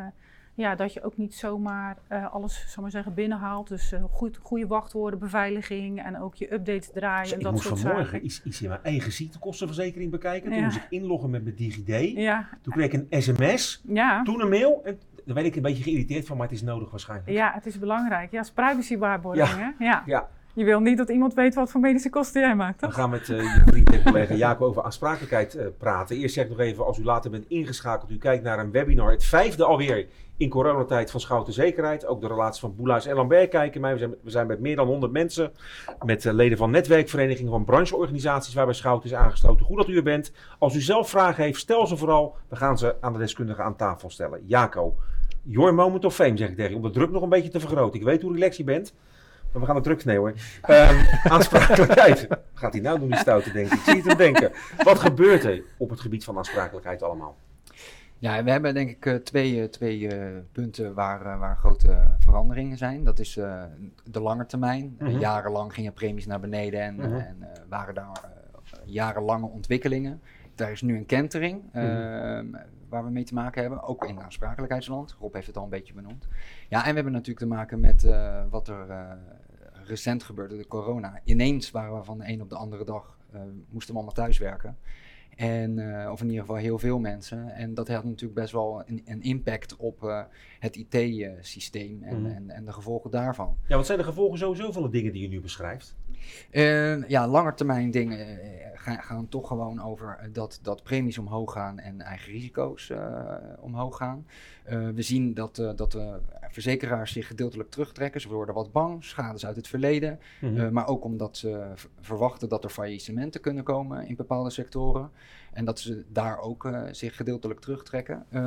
ja, dat je ook niet zomaar uh, alles, zal maar zeggen, binnenhaalt. Dus uh, goed, goede wachtwoorden, beveiliging en ook je updates draaien. Dus en ik dat moest soort vanmorgen zaken. iets, iets in mijn eigen ziektekostenverzekering bekijken. Toen Ja. moest ik inloggen met mijn DigiD. Ja. Toen kreeg ik een sms, Ja. toen een mail. En daar werd ik een beetje geïrriteerd van, maar het is nodig waarschijnlijk. Ja, het is belangrijk. Ja, het is privacywaarborging, Ja. hè? Ja. Ja. Je wil niet dat iemand weet wat voor medische kosten jij maakt, We toch? gaan met uh, je vriend en collega Jaco over aansprakelijkheid uh, praten. Eerst zeg ik nog even, als u later bent ingeschakeld, u kijkt naar een webinar, het vijfde alweer in coronatijd van Schouten Zekerheid. Ook de relatie van Boelaars en Lambert kijken mij. We zijn, we zijn met meer dan honderd mensen, met uh, leden van netwerkverenigingen, van brancheorganisaties waarbij Schouten is aangesloten. Goed dat u er bent. Als u zelf vragen heeft, stel ze vooral. We gaan ze aan de deskundigen aan tafel stellen. Jaco, your moment of fame zeg ik tegen je, om de druk nog een beetje te vergroten. Ik weet hoe relaxed je bent. Maar we gaan de druk sneeuwen. Um, aansprakelijkheid. Wat gaat hij nou doen, die stoute denken? Ik zie het hem denken. Wat gebeurt er op het gebied van aansprakelijkheid allemaal? Ja, we hebben denk ik uh, twee, uh, twee uh, punten waar, uh, waar grote veranderingen zijn. Dat is uh, de lange termijn. Mm-hmm. Uh, jarenlang gingen premies naar beneden en, mm-hmm. uh, en uh, waren daar uh, jarenlange ontwikkelingen. Daar is nu een kentering uh, mm-hmm. waar we mee te maken hebben, ook in aansprakelijkheidsland. Rob heeft het al een beetje benoemd. Ja, en we hebben natuurlijk te maken met uh, wat er uh, recent gebeurde, de corona. Ineens waren we van de een op de andere dag, uh, moesten we allemaal thuiswerken. En, uh, of in ieder geval heel veel mensen. En dat had natuurlijk best wel een, een impact op uh, het I T-systeem en, mm. en, en de gevolgen daarvan. Ja, wat zijn de gevolgen sowieso van de dingen die je nu beschrijft? Uh, ja, langetermijn dingen uh, gaan, gaan toch gewoon over uh, dat, dat premies omhoog gaan en eigen risico's uh, omhoog gaan. Uh, we zien dat, uh, dat uh, verzekeraars zich gedeeltelijk terugtrekken. Ze worden wat bang, schades uit het verleden. Mm-hmm. Uh, maar ook omdat ze v- verwachten dat er faillissementen kunnen komen in bepaalde sectoren. En dat ze daar ook uh, zich gedeeltelijk terugtrekken. Uh,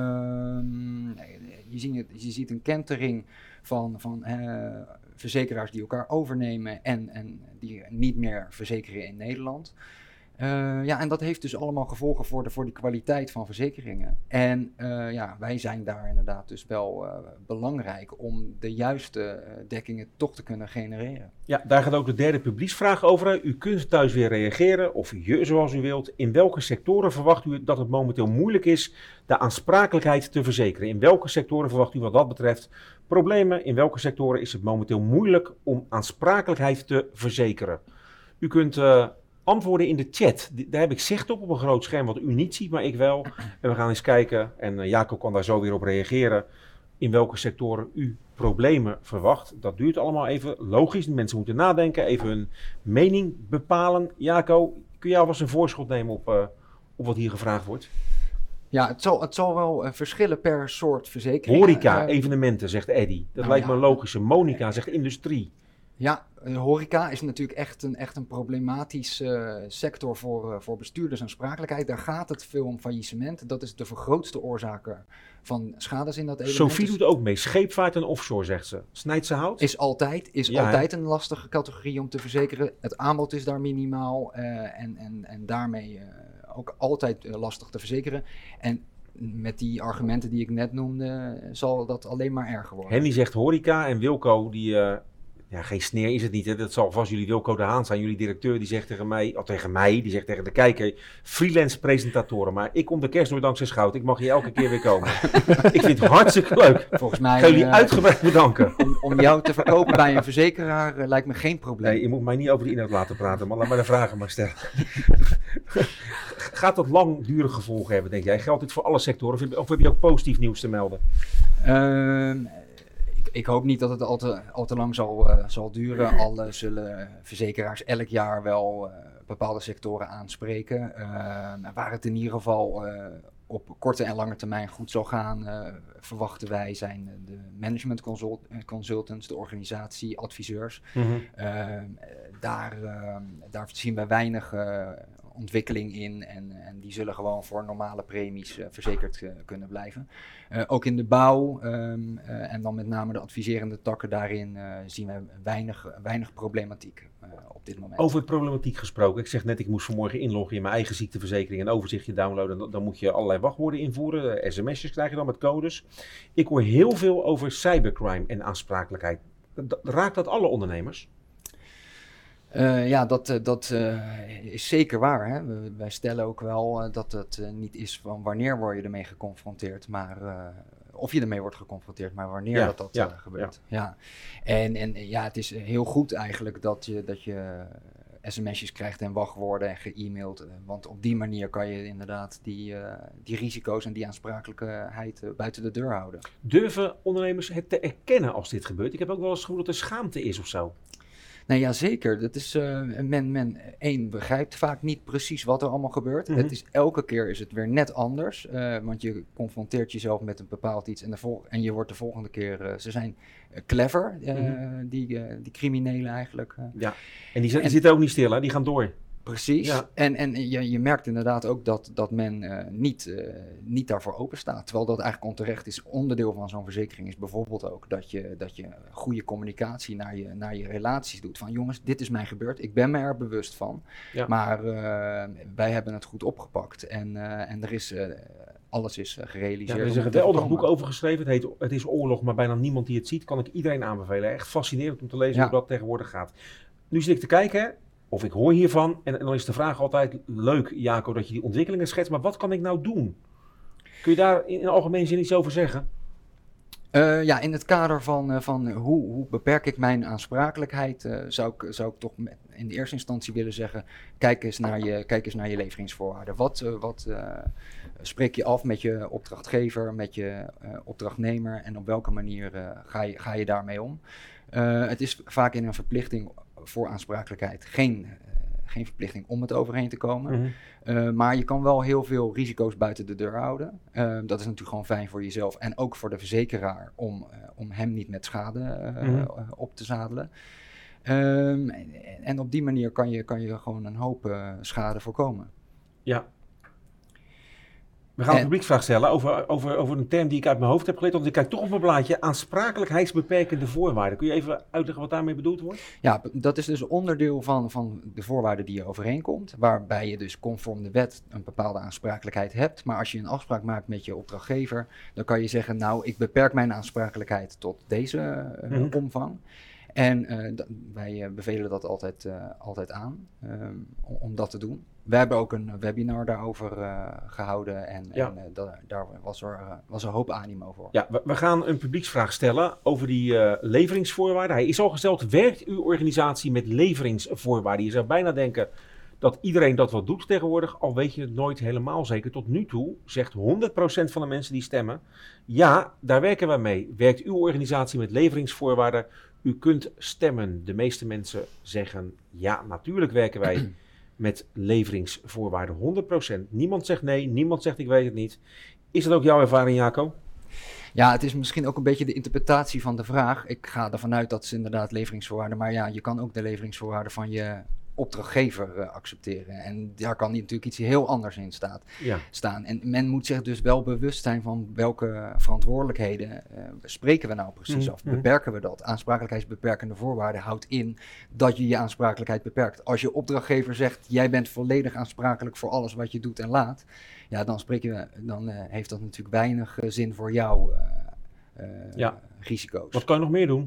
je, ziet, je ziet een kentering van, van uh, verzekeraars die elkaar overnemen en, en die niet meer verzekeren in Nederland. Uh, ja, en dat heeft dus allemaal gevolgen voor de, voor de kwaliteit van verzekeringen. En uh, ja, wij zijn daar inderdaad dus wel uh, belangrijk om de juiste uh, dekkingen toch te kunnen genereren. Ja, daar gaat ook de derde publieksvraag over. U kunt thuis weer reageren, of je zoals u wilt. In welke sectoren verwacht u dat het momenteel moeilijk is de aansprakelijkheid te verzekeren? In welke sectoren verwacht u wat dat betreft problemen? In welke sectoren is het momenteel moeilijk om aansprakelijkheid te verzekeren? U kunt Uh, antwoorden in de chat. Daar heb ik zicht op op een groot scherm wat u niet ziet, maar ik wel. En we gaan eens kijken, en uh, Jaco kan daar zo weer op reageren, in welke sectoren u problemen verwacht. Dat duurt allemaal even logisch. De mensen moeten nadenken, even hun mening bepalen. Jaco, kun jij alvast een voorschot nemen op, uh, op wat hier gevraagd wordt? Ja, het zal, het zal wel uh, verschillen per soort verzekering. Horeca, uh, uh, evenementen, zegt Eddy. Dat nou, lijkt ja. me logische. Monica zegt industrie. Ja, uh, horeca is natuurlijk echt een, echt een problematische uh, sector voor, uh, voor bestuurders en aansprakelijkheid. Daar gaat het veel om faillissement. Dat is de vergrootste oorzaak van schades in dat evenement. Sophie doet ook mee. Scheepvaart en offshore, zegt ze. Snijdt ze hout? Is altijd, is Ja, altijd een lastige categorie om te verzekeren. Het aanbod is daar minimaal uh, en, en, en daarmee uh, ook altijd uh, lastig te verzekeren. En met die argumenten die ik net noemde, zal dat alleen maar erger worden. Henny zegt horeca en Wilco, die, uh, ja, geen sneer is het niet, hè? Dat zal vast jullie Wilco de Haan zijn, jullie directeur, die zegt tegen mij, of tegen mij, die zegt tegen de kijker, freelance presentatoren, maar ik kom de kerst door dankzij Schout, ik mag hier elke keer weer komen. Ik vind het hartstikke leuk. Volgens mij, ik ga jullie uh, uitgebreid bedanken. Om, om jou te verkopen bij een verzekeraar uh, lijkt me geen probleem. Nee, je moet mij niet over de inhoud laten praten, maar laat maar de vragen maar stellen. Gaat dat langdurige gevolgen hebben, denk jij? Geldt dit voor alle sectoren of, of heb je ook positief nieuws te melden? Uh, ik, ik hoop niet dat het al te, al te lang zal, uh, zal duren. Al uh, zullen verzekeraars elk jaar wel uh, bepaalde sectoren aanspreken. Uh, waar het in ieder geval uh, op korte en lange termijn goed zal gaan, uh, verwachten wij, zijn de management consult, consultants, de organisatieadviseurs. Mm-hmm. Uh, daar, uh, daar zien wij weinig Uh, ontwikkeling in en, en die zullen gewoon voor normale premies uh, verzekerd uh, kunnen blijven. Uh, ook in de bouw um, uh, en dan met name de adviserende takken daarin uh, zien we weinig, weinig problematiek uh, op dit moment. Over problematiek gesproken. Ik zeg net, ik moest vanmorgen inloggen in mijn eigen ziekteverzekering en overzichtje downloaden. Dan, dan moet je allerlei wachtwoorden invoeren. Uh, sms'jes krijg je dan met codes. Ik hoor heel veel over cybercrime en aansprakelijkheid. D- raakt dat alle ondernemers? Uh, ja, dat, uh, dat uh, is zeker waar. Hè? We, wij stellen ook wel uh, dat het uh, niet is van wanneer word je ermee geconfronteerd, maar uh, of je ermee wordt geconfronteerd, maar wanneer Ja, dat, dat ja, uh, gebeurt. Ja. Ja. En, en ja, het is heel goed eigenlijk dat je, dat je sms'jes krijgt en wachtwoorden en ge-mailed. Uh, want op die manier kan je inderdaad die, uh, die risico's en die aansprakelijkheid uh, buiten de deur houden. Durven ondernemers het te erkennen als dit gebeurt? Ik heb ook wel eens het gevoel dat er schaamte is of zo. Nou ja, zeker. Dat is, uh, men, men, één, begrijpt vaak niet precies wat er allemaal gebeurt. Mm-hmm. Het is, elke keer is het weer net anders. Uh, want je confronteert jezelf met een bepaald iets en, de vol- en je wordt de volgende keer... Uh, ze zijn uh, clever, uh, Mm-hmm. die, uh, die criminelen eigenlijk. Uh. Ja, en die, z- die En- zitten ook niet stil, hè? Die gaan door. Precies. Ja. En, en je, je merkt inderdaad ook dat, dat men uh, niet, uh, niet daarvoor open staat. Terwijl dat eigenlijk onterecht is. Onderdeel van zo'n verzekering is bijvoorbeeld ook dat je, dat je goede communicatie naar je, naar je relaties doet. Van jongens, dit is mij gebeurd. Ik ben me er bewust van. Ja. Maar uh, wij hebben het goed opgepakt. En, uh, en er is, uh, alles is uh, Ja, gerealiseerd. er is om een het te geweldig boek voorkomen. over geschreven. Het heet Het is oorlog, maar bijna niemand die het ziet. Kan ik iedereen aanbevelen. Echt fascinerend om te lezen Ja. hoe dat tegenwoordig gaat. Nu zit ik te kijken, of ik hoor hiervan. En, en dan is de vraag altijd, leuk Jaco dat je die ontwikkelingen schetst. Maar wat kan ik nou doen? Kun je daar in, in algemene zin iets over zeggen? Uh, ja, in het kader van, uh, van hoe, hoe beperk ik mijn aansprakelijkheid, uh, zou, ik, zou ik toch met, in de eerste instantie willen zeggen, kijk eens naar je, kijk eens naar je leveringsvoorwaarden. Wat, uh, wat uh, spreek je af met je opdrachtgever, met je uh, opdrachtnemer en op welke manier uh, ga, je, ga je daarmee om? Uh, het is vaak in een verplichting voor aansprakelijkheid geen... Uh, geen verplichting om het overheen te komen. Mm-hmm. Uh, maar je kan wel heel veel risico's buiten de deur houden. Uh, dat is natuurlijk gewoon fijn voor jezelf en ook voor de verzekeraar om, uh, om hem niet met schade uh, Mm-hmm. uh, op te zadelen. Um, en, en op die manier kan je, kan je gewoon een hoop uh, schade voorkomen. Ja. We gaan En- een publieksvraag stellen over, over, over een term die ik uit mijn hoofd heb geleerd. Want ik kijk toch op mijn blaadje. Aansprakelijkheidsbeperkende voorwaarden. Kun je even uitleggen wat daarmee bedoeld wordt? Ja, b- dat is dus onderdeel van, van de voorwaarden die je overeenkomt, waarbij je dus conform de wet een bepaalde aansprakelijkheid hebt. Maar als je een afspraak maakt met je opdrachtgever, dan kan je zeggen, nou, ik beperk mijn aansprakelijkheid tot deze uh, Mhm. omvang. En uh, d- wij uh, bevelen dat altijd, uh, altijd aan um, om, om dat te doen. We hebben ook een webinar daarover uh, gehouden en, Ja. en uh, da- daar was er, uh, was er hoop animo voor. Ja, we, we gaan een publieksvraag stellen over die uh, leveringsvoorwaarden. Hij is al gesteld. Werkt uw organisatie met leveringsvoorwaarden? Je zou bijna denken dat iedereen dat wel doet tegenwoordig. Al weet je het nooit helemaal zeker. Tot nu toe zegt honderd procent van de mensen die stemmen. Ja, daar werken wij mee. Werkt uw organisatie met leveringsvoorwaarden? U kunt stemmen. De meeste mensen zeggen ja, natuurlijk werken wij met leveringsvoorwaarden. honderd procent. Niemand zegt nee, niemand zegt ik weet het niet. Is dat ook jouw ervaring, Jaco? Ja, het is misschien ook een beetje de interpretatie van de vraag. Ik ga ervan uit dat ze inderdaad leveringsvoorwaarden, maar ja, je kan ook de leveringsvoorwaarden van je opdrachtgever uh, accepteren. En daar kan natuurlijk iets heel anders in staat, Ja. staan. En men moet zich dus wel bewust zijn van welke verantwoordelijkheden uh, spreken we nou precies Mhm, af. mhm. Beperken we dat? Aansprakelijkheidsbeperkende voorwaarden houdt in dat je je aansprakelijkheid beperkt. Als je opdrachtgever zegt, jij bent volledig aansprakelijk voor alles wat je doet en laat, ja, dan, spreek je, dan uh, heeft dat natuurlijk weinig uh, zin voor jou. Uh, uh, Ja. risico's. Wat kan je nog meer doen?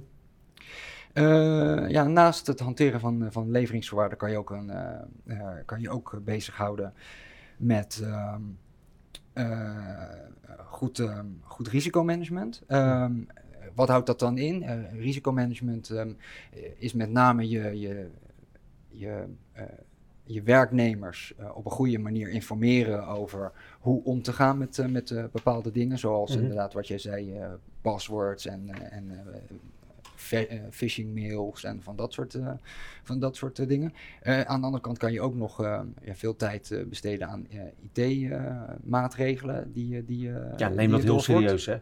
Uh, ja, naast het hanteren van, van leveringsvoorwaarden kan je ook, een, uh, uh, kan je ook bezighouden met um, uh, goed, um, goed risicomanagement. Um, wat houdt dat dan in? Uh, risicomanagement um, is met name je, je, je, uh, je werknemers uh, op een goede manier informeren over hoe om te gaan met, uh, met uh, bepaalde dingen. Zoals Mhm. inderdaad wat jij zei, uh, passwords en, uh, en uh, Fe- uh, phishing mails en van dat soort, uh, van dat soort uh, dingen. Uh, aan de andere kant kan je ook nog uh, ja, veel tijd uh, besteden aan uh, I T-maatregelen. Uh, die, die, uh, Ja, die neem dat je heel doorvoert. serieus, hè?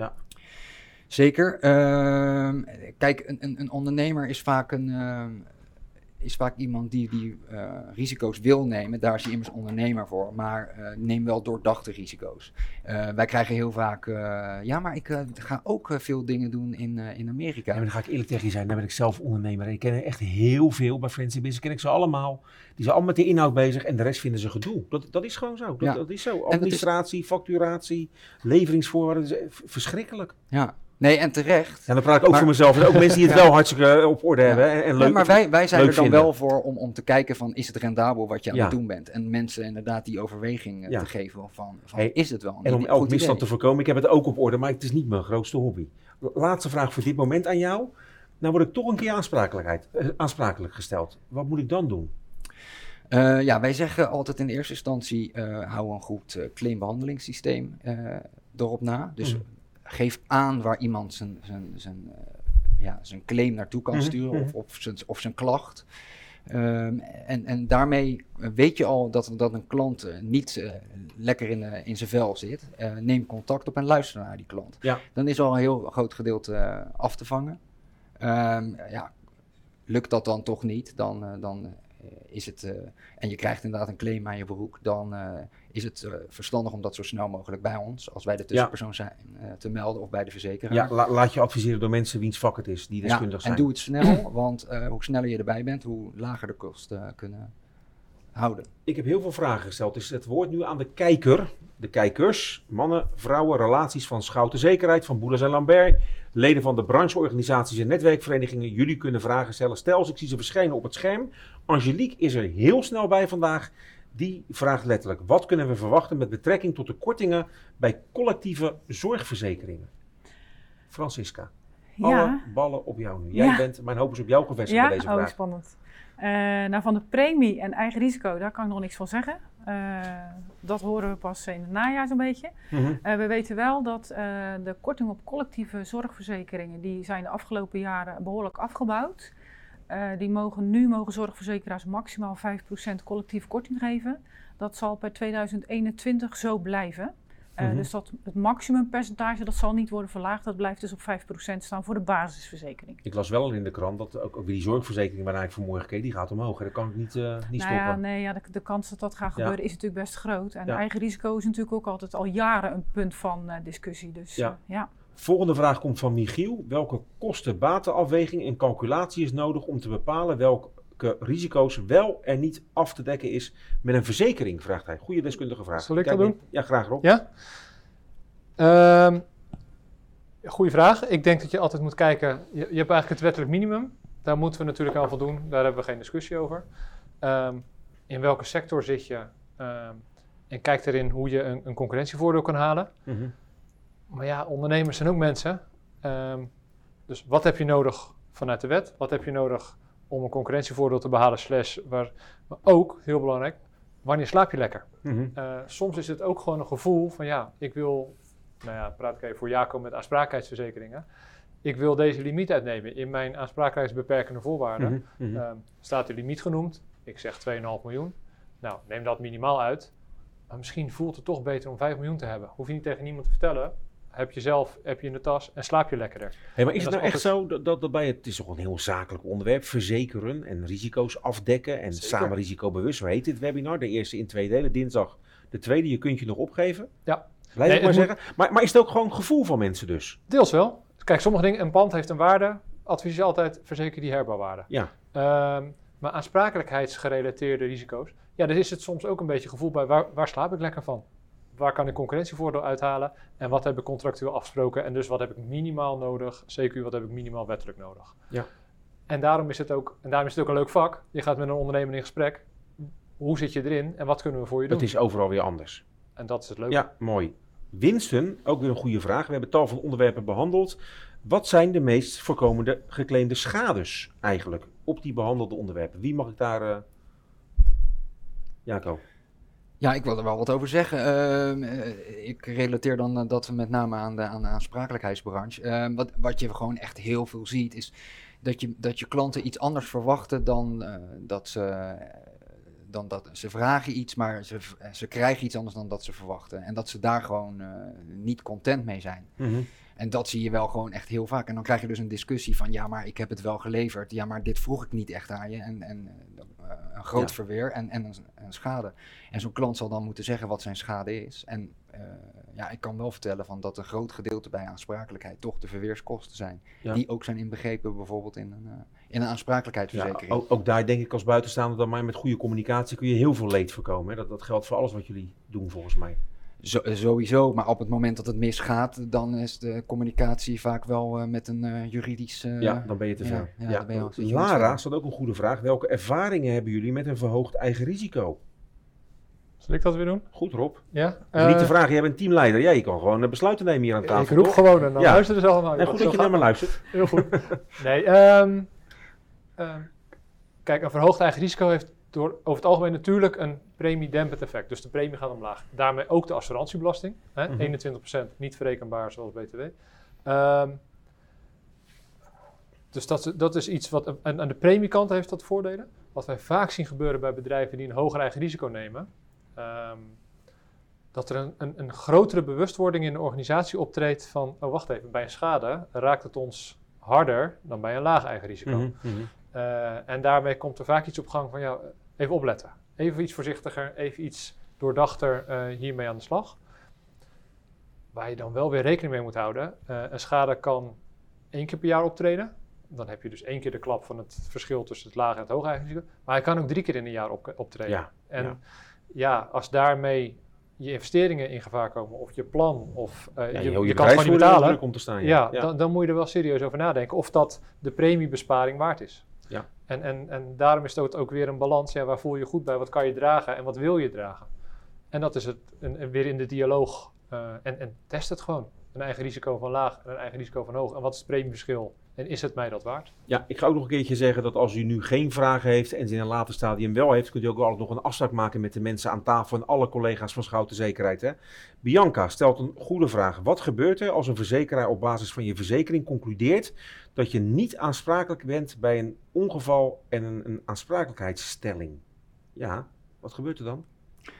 Zeker. Uh, kijk, een, een, een ondernemer is vaak, een, uh, is vaak iemand die, die uh, risico's wil nemen. Daar is hij immers ondernemer voor. Maar uh, neem wel doordachte risico's. Uh, wij krijgen heel vaak, uh, ja, maar ik uh, ga ook uh, veel dingen doen in, uh, in Amerika. Ja, maar dan ga ik eerlijk tegen je zijn, dan ben ik zelf ondernemer. En ik ken er echt heel veel bij Friends in Business. Ken ik ze allemaal. Die zijn allemaal met de inhoud bezig en de rest vinden ze gedoe. Dat, dat is gewoon zo. Dat, Ja. dat is zo. dat is- Administratie, facturatie, leveringsvoorwaarden. Dat is eh, v- verschrikkelijk. Ja, Nee, en terecht. En dan praat ik ook maar, voor mezelf. En ook mensen die het ja. wel hartstikke op orde ja. hebben en, en leuk. Ja, maar wij, wij zijn er dan vinden. wel voor om, om te kijken van, is het rendabel wat je aan ja. het doen bent? En mensen inderdaad die overweging uh, ja. te geven van, van hey, is het wel? En om elk misstand te voorkomen, ik heb het ook op orde, maar het is niet mijn grootste hobby. Laatste vraag voor dit moment aan jou. Nou word ik toch een keer aansprakelijkheid, uh, aansprakelijk gesteld. Wat moet ik dan doen? Uh, ja, wij zeggen altijd in eerste instantie, uh, hou een goed uh, claimbehandelingssysteem uh, erop na. Dus mm. geef aan waar iemand zijn, zijn, zijn, uh, ja, zijn claim naartoe kan mm-hmm. sturen of, of, zijn, of zijn klacht. Um, en, en daarmee weet je al dat, dat een klant uh, niet uh, lekker in, uh, in zijn vel zit. Uh, neem contact op en luister naar die klant. Ja. Dan is al een heel groot gedeelte uh, af te vangen. Um, ja, lukt dat dan toch niet, dan... Uh, dan uh, is het, uh, en je krijgt inderdaad een claim aan je broek, dan uh, is het uh, verstandig om dat zo snel mogelijk bij ons, als wij de tussenpersoon ja. zijn, uh, te melden of bij de verzekeraar. Ja, la- laat je adviseren door mensen wiens vak het is, die deskundig ja, zijn. En doe het snel, want uh, hoe sneller je erbij bent, hoe lager de kosten uh, kunnen houden. Ik heb heel veel vragen gesteld, dus het woord nu aan de kijker, de kijkers, mannen, vrouwen, relaties van Schouten Zekerheid, van Boelens en Lambert, leden van de brancheorganisaties en netwerkverenigingen. Jullie kunnen vragen stellen. Stel, ik zie ze verschijnen op het scherm. Angelique is er heel snel bij vandaag. Die vraagt letterlijk, wat kunnen we verwachten met betrekking tot de kortingen bij collectieve zorgverzekeringen? Francisca, alle ja. ballen op jou nu. Jij ja. bent, mijn hoop is op jou gevestigd ja? bij deze vraag. vraag. Oh, spannend. Uh, nou, van de premie en eigen risico, daar kan ik nog niks van zeggen. Uh, dat horen we pas in het najaar zo'n beetje. Mm-hmm. Uh, we weten wel dat uh, de korting op collectieve zorgverzekeringen, die zijn de afgelopen jaren behoorlijk afgebouwd. Uh, die mogen, nu mogen zorgverzekeraars maximaal vijf procent collectieve korting geven. Dat zal per tweeduizend eenentwintig zo blijven. Uh, mm-hmm. Dus dat, het maximumpercentage dat zal niet worden verlaagd. Dat blijft dus op vijf procent staan voor de basisverzekering. Ik las wel al in de krant dat ook, ook die zorgverzekering waarnaar ik vanmorgen keek, die gaat omhoog. Dat kan ik niet, uh, niet nou stoppen. Ja, nee, ja, de, de kans dat dat gaat gebeuren ja. is natuurlijk best groot. En ja. eigen risico is natuurlijk ook altijd al jaren een punt van uh, discussie. Dus, ja. Uh, ja. Volgende vraag komt van Michiel. Welke kosten-batenafweging en calculatie is nodig om te bepalen welke risico's wel en niet af te dekken is met een verzekering, vraagt hij. Goeie deskundige vraag. Zal ik dat doen? Ja, graag Rob. Ja? Um, goeie vraag. Ik denk dat je altijd moet kijken, je, je hebt eigenlijk het wettelijk minimum. Daar moeten we natuurlijk aan voldoen. Daar hebben we geen discussie over. Um, in welke sector zit je? Um, en kijk erin hoe je een, een concurrentievoordeel kan halen. Mm-hmm. Maar ja, ondernemers zijn ook mensen. Um, dus wat heb je nodig vanuit de wet? Wat heb je nodig om een concurrentievoordeel te behalen, slash, waar, maar ook, heel belangrijk, wanneer slaap je lekker? Mm-hmm. Uh, soms is het ook gewoon een gevoel van, ja, ik wil, nou ja, praat ik even voor Jaco met aansprakelijkheidsverzekeringen, ik wil deze limiet uitnemen. In mijn aansprakelijkheidsbeperkende voorwaarden mm-hmm. Mm-hmm. Uh, staat de limiet genoemd, ik zeg twee komma vijf miljoen. Nou, neem dat minimaal uit, maar misschien voelt het toch beter om vijf miljoen te hebben. Hoef je niet tegen niemand te vertellen. Heb je zelf, heb je in de tas en slaap je lekkerder. Hey, maar is het nou echt zo dat, dat, dat bij het, het is toch een heel zakelijk onderwerp, verzekeren en risico's afdekken en Zeker. Samen risicobewust. Hoe heet dit webinar? De eerste in twee delen, dinsdag de tweede, je kunt je nog opgeven. Ja. Blijf nee, ik maar zeggen. Moet... Maar, maar is het ook gewoon gevoel van mensen dus? Deels wel. Kijk, sommige dingen, een pand heeft een waarde, adviseer altijd verzeker die herbouwwaarde. Ja. Um, maar aansprakelijkheidsgerelateerde risico's, ja, daar is het soms ook een beetje gevoel bij, waar, waar slaap ik lekker van? Waar kan ik concurrentievoordeel uithalen en wat heb ik contractueel afgesproken en dus wat heb ik minimaal nodig, C Q, wat heb ik minimaal wettelijk nodig. Ja. En daarom is het ook, en daarom is het ook een leuk vak. Je gaat met een ondernemer in gesprek. Hoe zit je erin en wat kunnen we voor je doen? Het is overal weer anders. En dat is het leuke. Ja, mooi. Winston, ook weer een goede vraag. We hebben tal van onderwerpen behandeld. Wat zijn de meest voorkomende geclaimde schades eigenlijk op die behandelde onderwerpen? Wie mag ik daar... Uh... Jaco. Ja, ik wil er wel wat over zeggen. Uh, ik relateer dan uh, dat met name aan de, aan de aansprakelijkheidsbranche. Uh, wat, wat je gewoon echt heel veel ziet is dat je, dat je klanten iets anders verwachten dan uh, dat ze... Dan dat ze vragen iets, maar ze, ze krijgen iets anders dan dat ze verwachten. En dat ze daar gewoon uh, niet content mee zijn. Mm-hmm. En dat zie je wel gewoon echt heel vaak. En dan krijg je dus een discussie van, ja, maar ik heb het wel geleverd. Ja, maar dit vroeg ik niet echt aan je. En, en uh, een groot ja. verweer en, en een, een schade. En zo'n klant zal dan moeten zeggen wat zijn schade is. En uh, ja, ik kan wel vertellen van dat een groot gedeelte bij aansprakelijkheid toch de verweerskosten zijn. Ja. Die ook zijn inbegrepen bijvoorbeeld in een, uh, in een aansprakelijkheidsverzekering. Ja, ook, ook daar denk ik als buitenstaander dan maar met goede communicatie kun je heel veel leed voorkomen. Hè? Dat, dat geldt voor alles wat jullie doen volgens mij. Zo, sowieso, maar op het moment dat het misgaat, dan is de communicatie vaak wel uh, met een uh, juridisch... Uh, ja, dan ben je te ver. Ja, ja, ja. Dan ben je al, Lara, staat ook een goede vraag. Welke ervaringen hebben jullie met een verhoogd eigen risico? Zal ik dat weer doen? Goed, Rob. Ja? Uh, niet te vragen, jij bent teamleider. Ja, je kan gewoon besluiten nemen hier aan tafel. Ik roep toch? gewoon en dan ja. luisteren ze allemaal. En goed dat je naar me luistert. Heel goed. Nee, um, um, kijk, een verhoogd eigen risico heeft door over het algemeen natuurlijk een premiedempend effect. Dus de premie gaat omlaag. Daarmee ook de assurantiebelasting. Hè? Mm-hmm. eenentwintig procent niet verrekenbaar zoals B T W. Um, dus dat, dat is iets wat... En aan de premiekant heeft dat voordelen. Wat wij vaak zien gebeuren bij bedrijven die een hoger eigen risico nemen. Um, dat er een, een, een grotere bewustwording in de organisatie optreedt van... Oh, wacht even, bij een schade raakt het ons harder dan bij een laag eigen risico. Mm-hmm. Mm-hmm. Uh, en daarmee komt er vaak iets op gang van... ja, even opletten. Even iets voorzichtiger, even iets doordachter uh, hiermee aan de slag. Waar je dan wel weer rekening mee moet houden. Uh, een schade kan één keer per jaar optreden. Dan heb je dus één keer de klap van het verschil tussen het lage en het hoge eigen risico. Maar hij kan ook drie keer in een jaar op, optreden. Ja, en ja. ja, als daarmee je investeringen in gevaar komen, of je plan, of uh, ja, je, je, je, je kan het gewoon niet betalen. Om te staan, ja, ja, ja. Dan, dan moet je er wel serieus over nadenken of dat de premiebesparing waard is. Ja. En, en, en daarom is het ook weer een balans. Ja, waar voel je goed bij? Wat kan je dragen en wat wil je dragen? En dat is het en, en weer in de dialoog. Uh, en, en test het gewoon. Een eigen risico van laag en een eigen risico van hoog. En wat is het premieverschil? En is het mij dat waard? Ja, ik ga ook nog een keertje zeggen dat als u nu geen vragen heeft en ze in een later stadium wel heeft, kunt u ook altijd nog een afspraak maken met de mensen aan tafel en alle collega's van Schouten Zekerheid. Hè? Bianca stelt een goede vraag. Wat gebeurt er als een verzekeraar op basis van je verzekering concludeert dat je niet aansprakelijk bent bij een ongeval en een, een aansprakelijkheidsstelling? Ja, wat gebeurt er dan?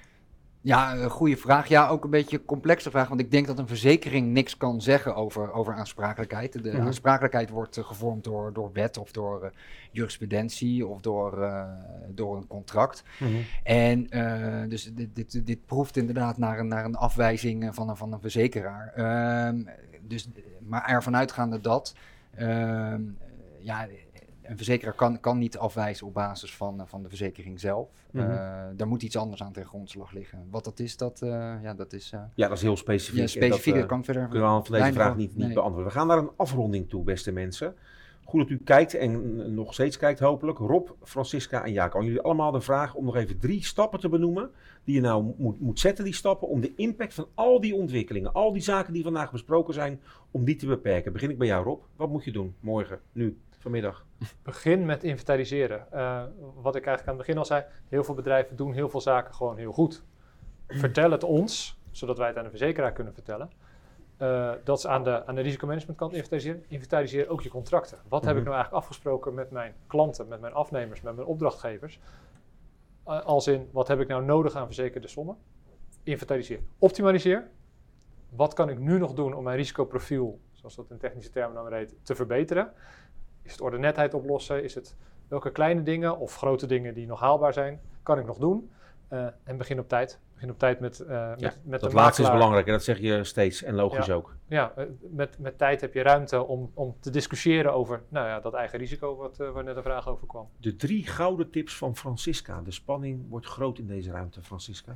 Ja, een goede vraag. Ja, ook een beetje een complexe vraag, want ik denk dat een verzekering niks kan zeggen over, over aansprakelijkheid. De mm-hmm. aansprakelijkheid wordt uh, gevormd door, door wet of door uh, jurisprudentie of door, uh, door een contract. Mm-hmm. En uh, dus dit, dit, dit proeft inderdaad naar een, naar een afwijzing van een, van een verzekeraar. Uh, dus, maar ervan uitgaande dat... Uh, ja, een verzekeraar kan, kan niet afwijzen op basis van, uh, van de verzekering zelf. Mm-hmm. Uh, daar moet iets anders aan ten grondslag liggen. Wat dat is, dat, uh, ja, dat is... Uh, ja, dat is heel specifiek. Ja, specifiek, dat, uh, dat kan ik verder... kunnen we van deze vraag van, niet, niet nee. beantwoorden. We gaan naar een afronding toe, beste mensen. Goed dat u kijkt en nog steeds kijkt hopelijk. Rob, Francisca en Jaco. Aan jullie allemaal de vraag om nog even drie stappen te benoemen die je nou moet, moet zetten, die stappen, om de impact van al die ontwikkelingen, al die zaken die vandaag besproken zijn, om die te beperken. Begin ik bij jou, Rob. Wat moet je doen morgen, nu, vanmiddag? Begin met inventariseren. Uh, wat ik eigenlijk aan het begin al zei, heel veel bedrijven doen heel veel zaken gewoon heel goed. Vertel het ons, zodat wij het aan de verzekeraar kunnen vertellen. Uh, dat is aan de, aan de risicomanagementkant inventariseren. Inventariseer ook je contracten. Wat mm-hmm. heb ik nou eigenlijk afgesproken met mijn klanten, met mijn afnemers, met mijn opdrachtgevers? Uh, als in, wat heb ik nou nodig aan verzekerde sommen? Inventariseer. Optimaliseer. Wat kan ik nu nog doen om mijn risicoprofiel, zoals dat in technische termen dan heet, te verbeteren? Is het ordenetheid oplossen? Is het welke kleine dingen of grote dingen die nog haalbaar zijn, kan ik nog doen? Uh, en begin op tijd. Begin op tijd met, uh, ja, met, met dat de laatste makelaar. is belangrijk en dat zeg je steeds en logisch ja. ook. Ja, uh, met, met tijd heb je ruimte om, om te discussiëren over nou ja, dat eigen risico wat, uh, waar net een vraag over kwam. De drie gouden tips van Francisca. De spanning wordt groot in deze ruimte, Francisca.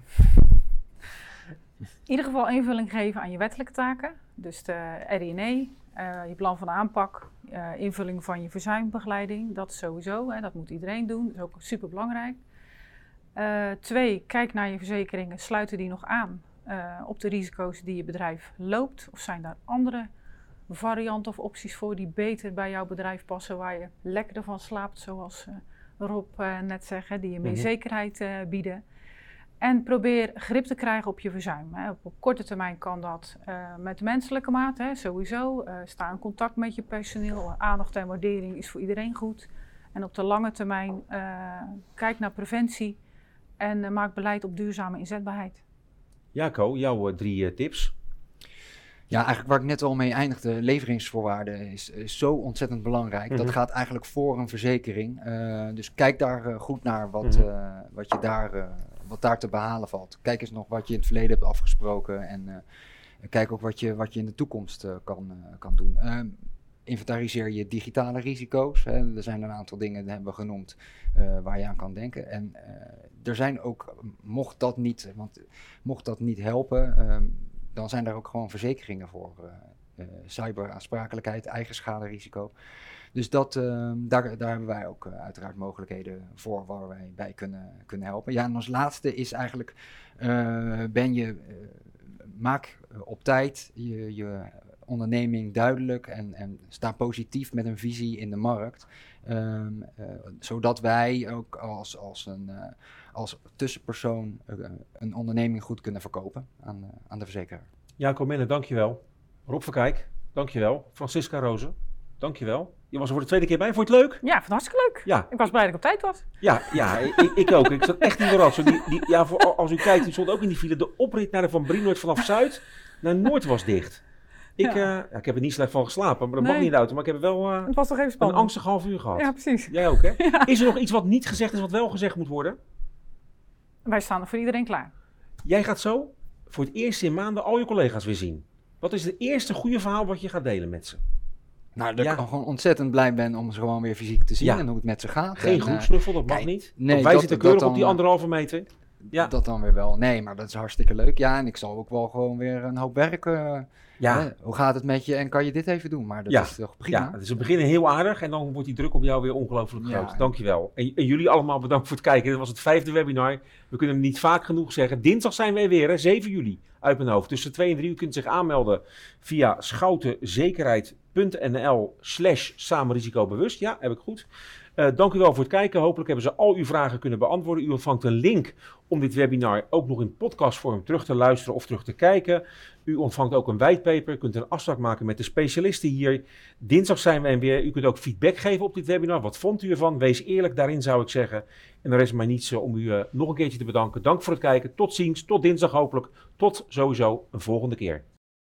In ieder geval invulling geven aan je wettelijke taken. Dus de R I N E, uh, je plan van aanpak, uh, invulling van je verzuimbegeleiding. Dat is sowieso, hè, dat moet iedereen doen. Dat is ook super belangrijk. Uh, twee, kijk naar je verzekeringen. Sluiten die nog aan uh, op de risico's die je bedrijf loopt? Of zijn daar andere varianten of opties voor die beter bij jouw bedrijf passen, waar je lekkerder van slaapt, zoals uh, Rob uh, net zegt, hè, die je meer mm-hmm. zekerheid uh, bieden. En probeer grip te krijgen op je verzuim. Hè. Op, op korte termijn kan dat uh, met menselijke maat, hè, sowieso. Uh, sta in contact met je personeel. Aandacht en waardering is voor iedereen goed. En op de lange termijn uh, kijk naar preventie en uh, maak beleid op duurzame inzetbaarheid. Jaco, jouw uh, drie uh, tips. Ja, eigenlijk waar ik net al mee eindigde, leveringsvoorwaarden is, is zo ontzettend belangrijk. Mm-hmm. Dat gaat eigenlijk voor een verzekering. Uh, dus kijk daar uh, goed naar wat, mm-hmm. uh, wat, je daar, uh, wat daar te behalen valt. Kijk eens nog wat je in het verleden hebt afgesproken en uh, kijk ook wat je, wat je in de toekomst uh, kan, uh, kan doen. Uh, inventariseer je digitale risico's. Hè. Er zijn een aantal dingen, die hebben we genoemd, uh, waar je aan kan denken. En uh, er zijn ook, mocht dat niet, want mocht dat niet helpen, um, dan zijn daar ook gewoon verzekeringen voor. Uh, uh, cyberaansprakelijkheid, eigen schaderisico. Dus dat, uh, daar, daar hebben wij ook uh, uiteraard mogelijkheden voor waar wij bij kunnen, kunnen helpen. Ja, en als laatste is eigenlijk, uh, ben je, uh, maak op tijd je, je onderneming duidelijk en, en sta positief met een visie in de markt. Um, uh, zodat wij ook als, als, een, uh, als tussenpersoon uh, een onderneming goed kunnen verkopen aan, uh, aan de verzekeraar. Jacob Menne, dankjewel. Rob Verkijk, dankjewel. Francisca Rozen, dankjewel. Je was er voor de tweede keer bij. Vond je het leuk? Ja, vond het hartstikke leuk. Ja. Ik was blij dat ik op tijd was. Ja, ja ik, ik ook. Ik zat echt niet verrast. Die, die, ja, voor, als u kijkt, die stond ook in die file. De oprit naar de Van Brienoord vanaf Zuid naar Noord was dicht. Ik, ja. Uh, ja, ik heb er niet slecht van geslapen, maar dat nee. mag niet in de auto. Maar ik heb wel uh, het was toch even spannend. Een angstig half uur gehad. Ja, precies. Jij ook, hè? Ja. Is er nog iets wat niet gezegd is, wat wel gezegd moet worden? Wij staan er voor iedereen klaar. Jij gaat zo voor het eerst in maanden al je collega's weer zien. Wat is het eerste goede verhaal wat je gaat delen met ze? Nou, dat ja. ik gewoon ontzettend blij ben om ze gewoon weer fysiek te zien ja. en hoe het met ze gaat. Geen groepsnuffel, dat mag kijk, niet. Nee, wij dat, zitten keurig dan, op die anderhalve meter. Ja. Dat dan weer wel. Nee, maar dat is hartstikke leuk. Ja, en ik zal ook wel gewoon weer een hoop werk. Uh, ja. Hè? Hoe gaat het met je en kan je dit even doen? Maar dat ja. is toch prima. Ja, het is in het begin heel aardig en dan wordt die druk op jou weer ongelooflijk groot. Ja. Dankjewel. En, en jullie allemaal bedankt voor het kijken. Dit was het vijfde webinar. We kunnen hem niet vaak genoeg zeggen. Dinsdag zijn wij weer, hè? zeven juli uit mijn hoofd. Tussen twee en drie. U kunt zich aanmelden via schoutenzekerheid.nl slash samenrisicobewust. Ja, heb ik goed. Uh, dank u wel voor het kijken. Hopelijk hebben ze al uw vragen kunnen beantwoorden. U ontvangt een link om dit webinar ook nog in podcastvorm terug te luisteren of terug te kijken. U ontvangt ook een whitepaper. U kunt een afspraak maken met de specialisten hier. Dinsdag zijn we weer. U kunt ook feedback geven op dit webinar. Wat vond u ervan? Wees eerlijk daarin, zou ik zeggen. En er is mij niets uh, om u uh, nog een keertje te bedanken. Dank voor het kijken. Tot ziens. Tot dinsdag hopelijk. Tot sowieso een volgende keer.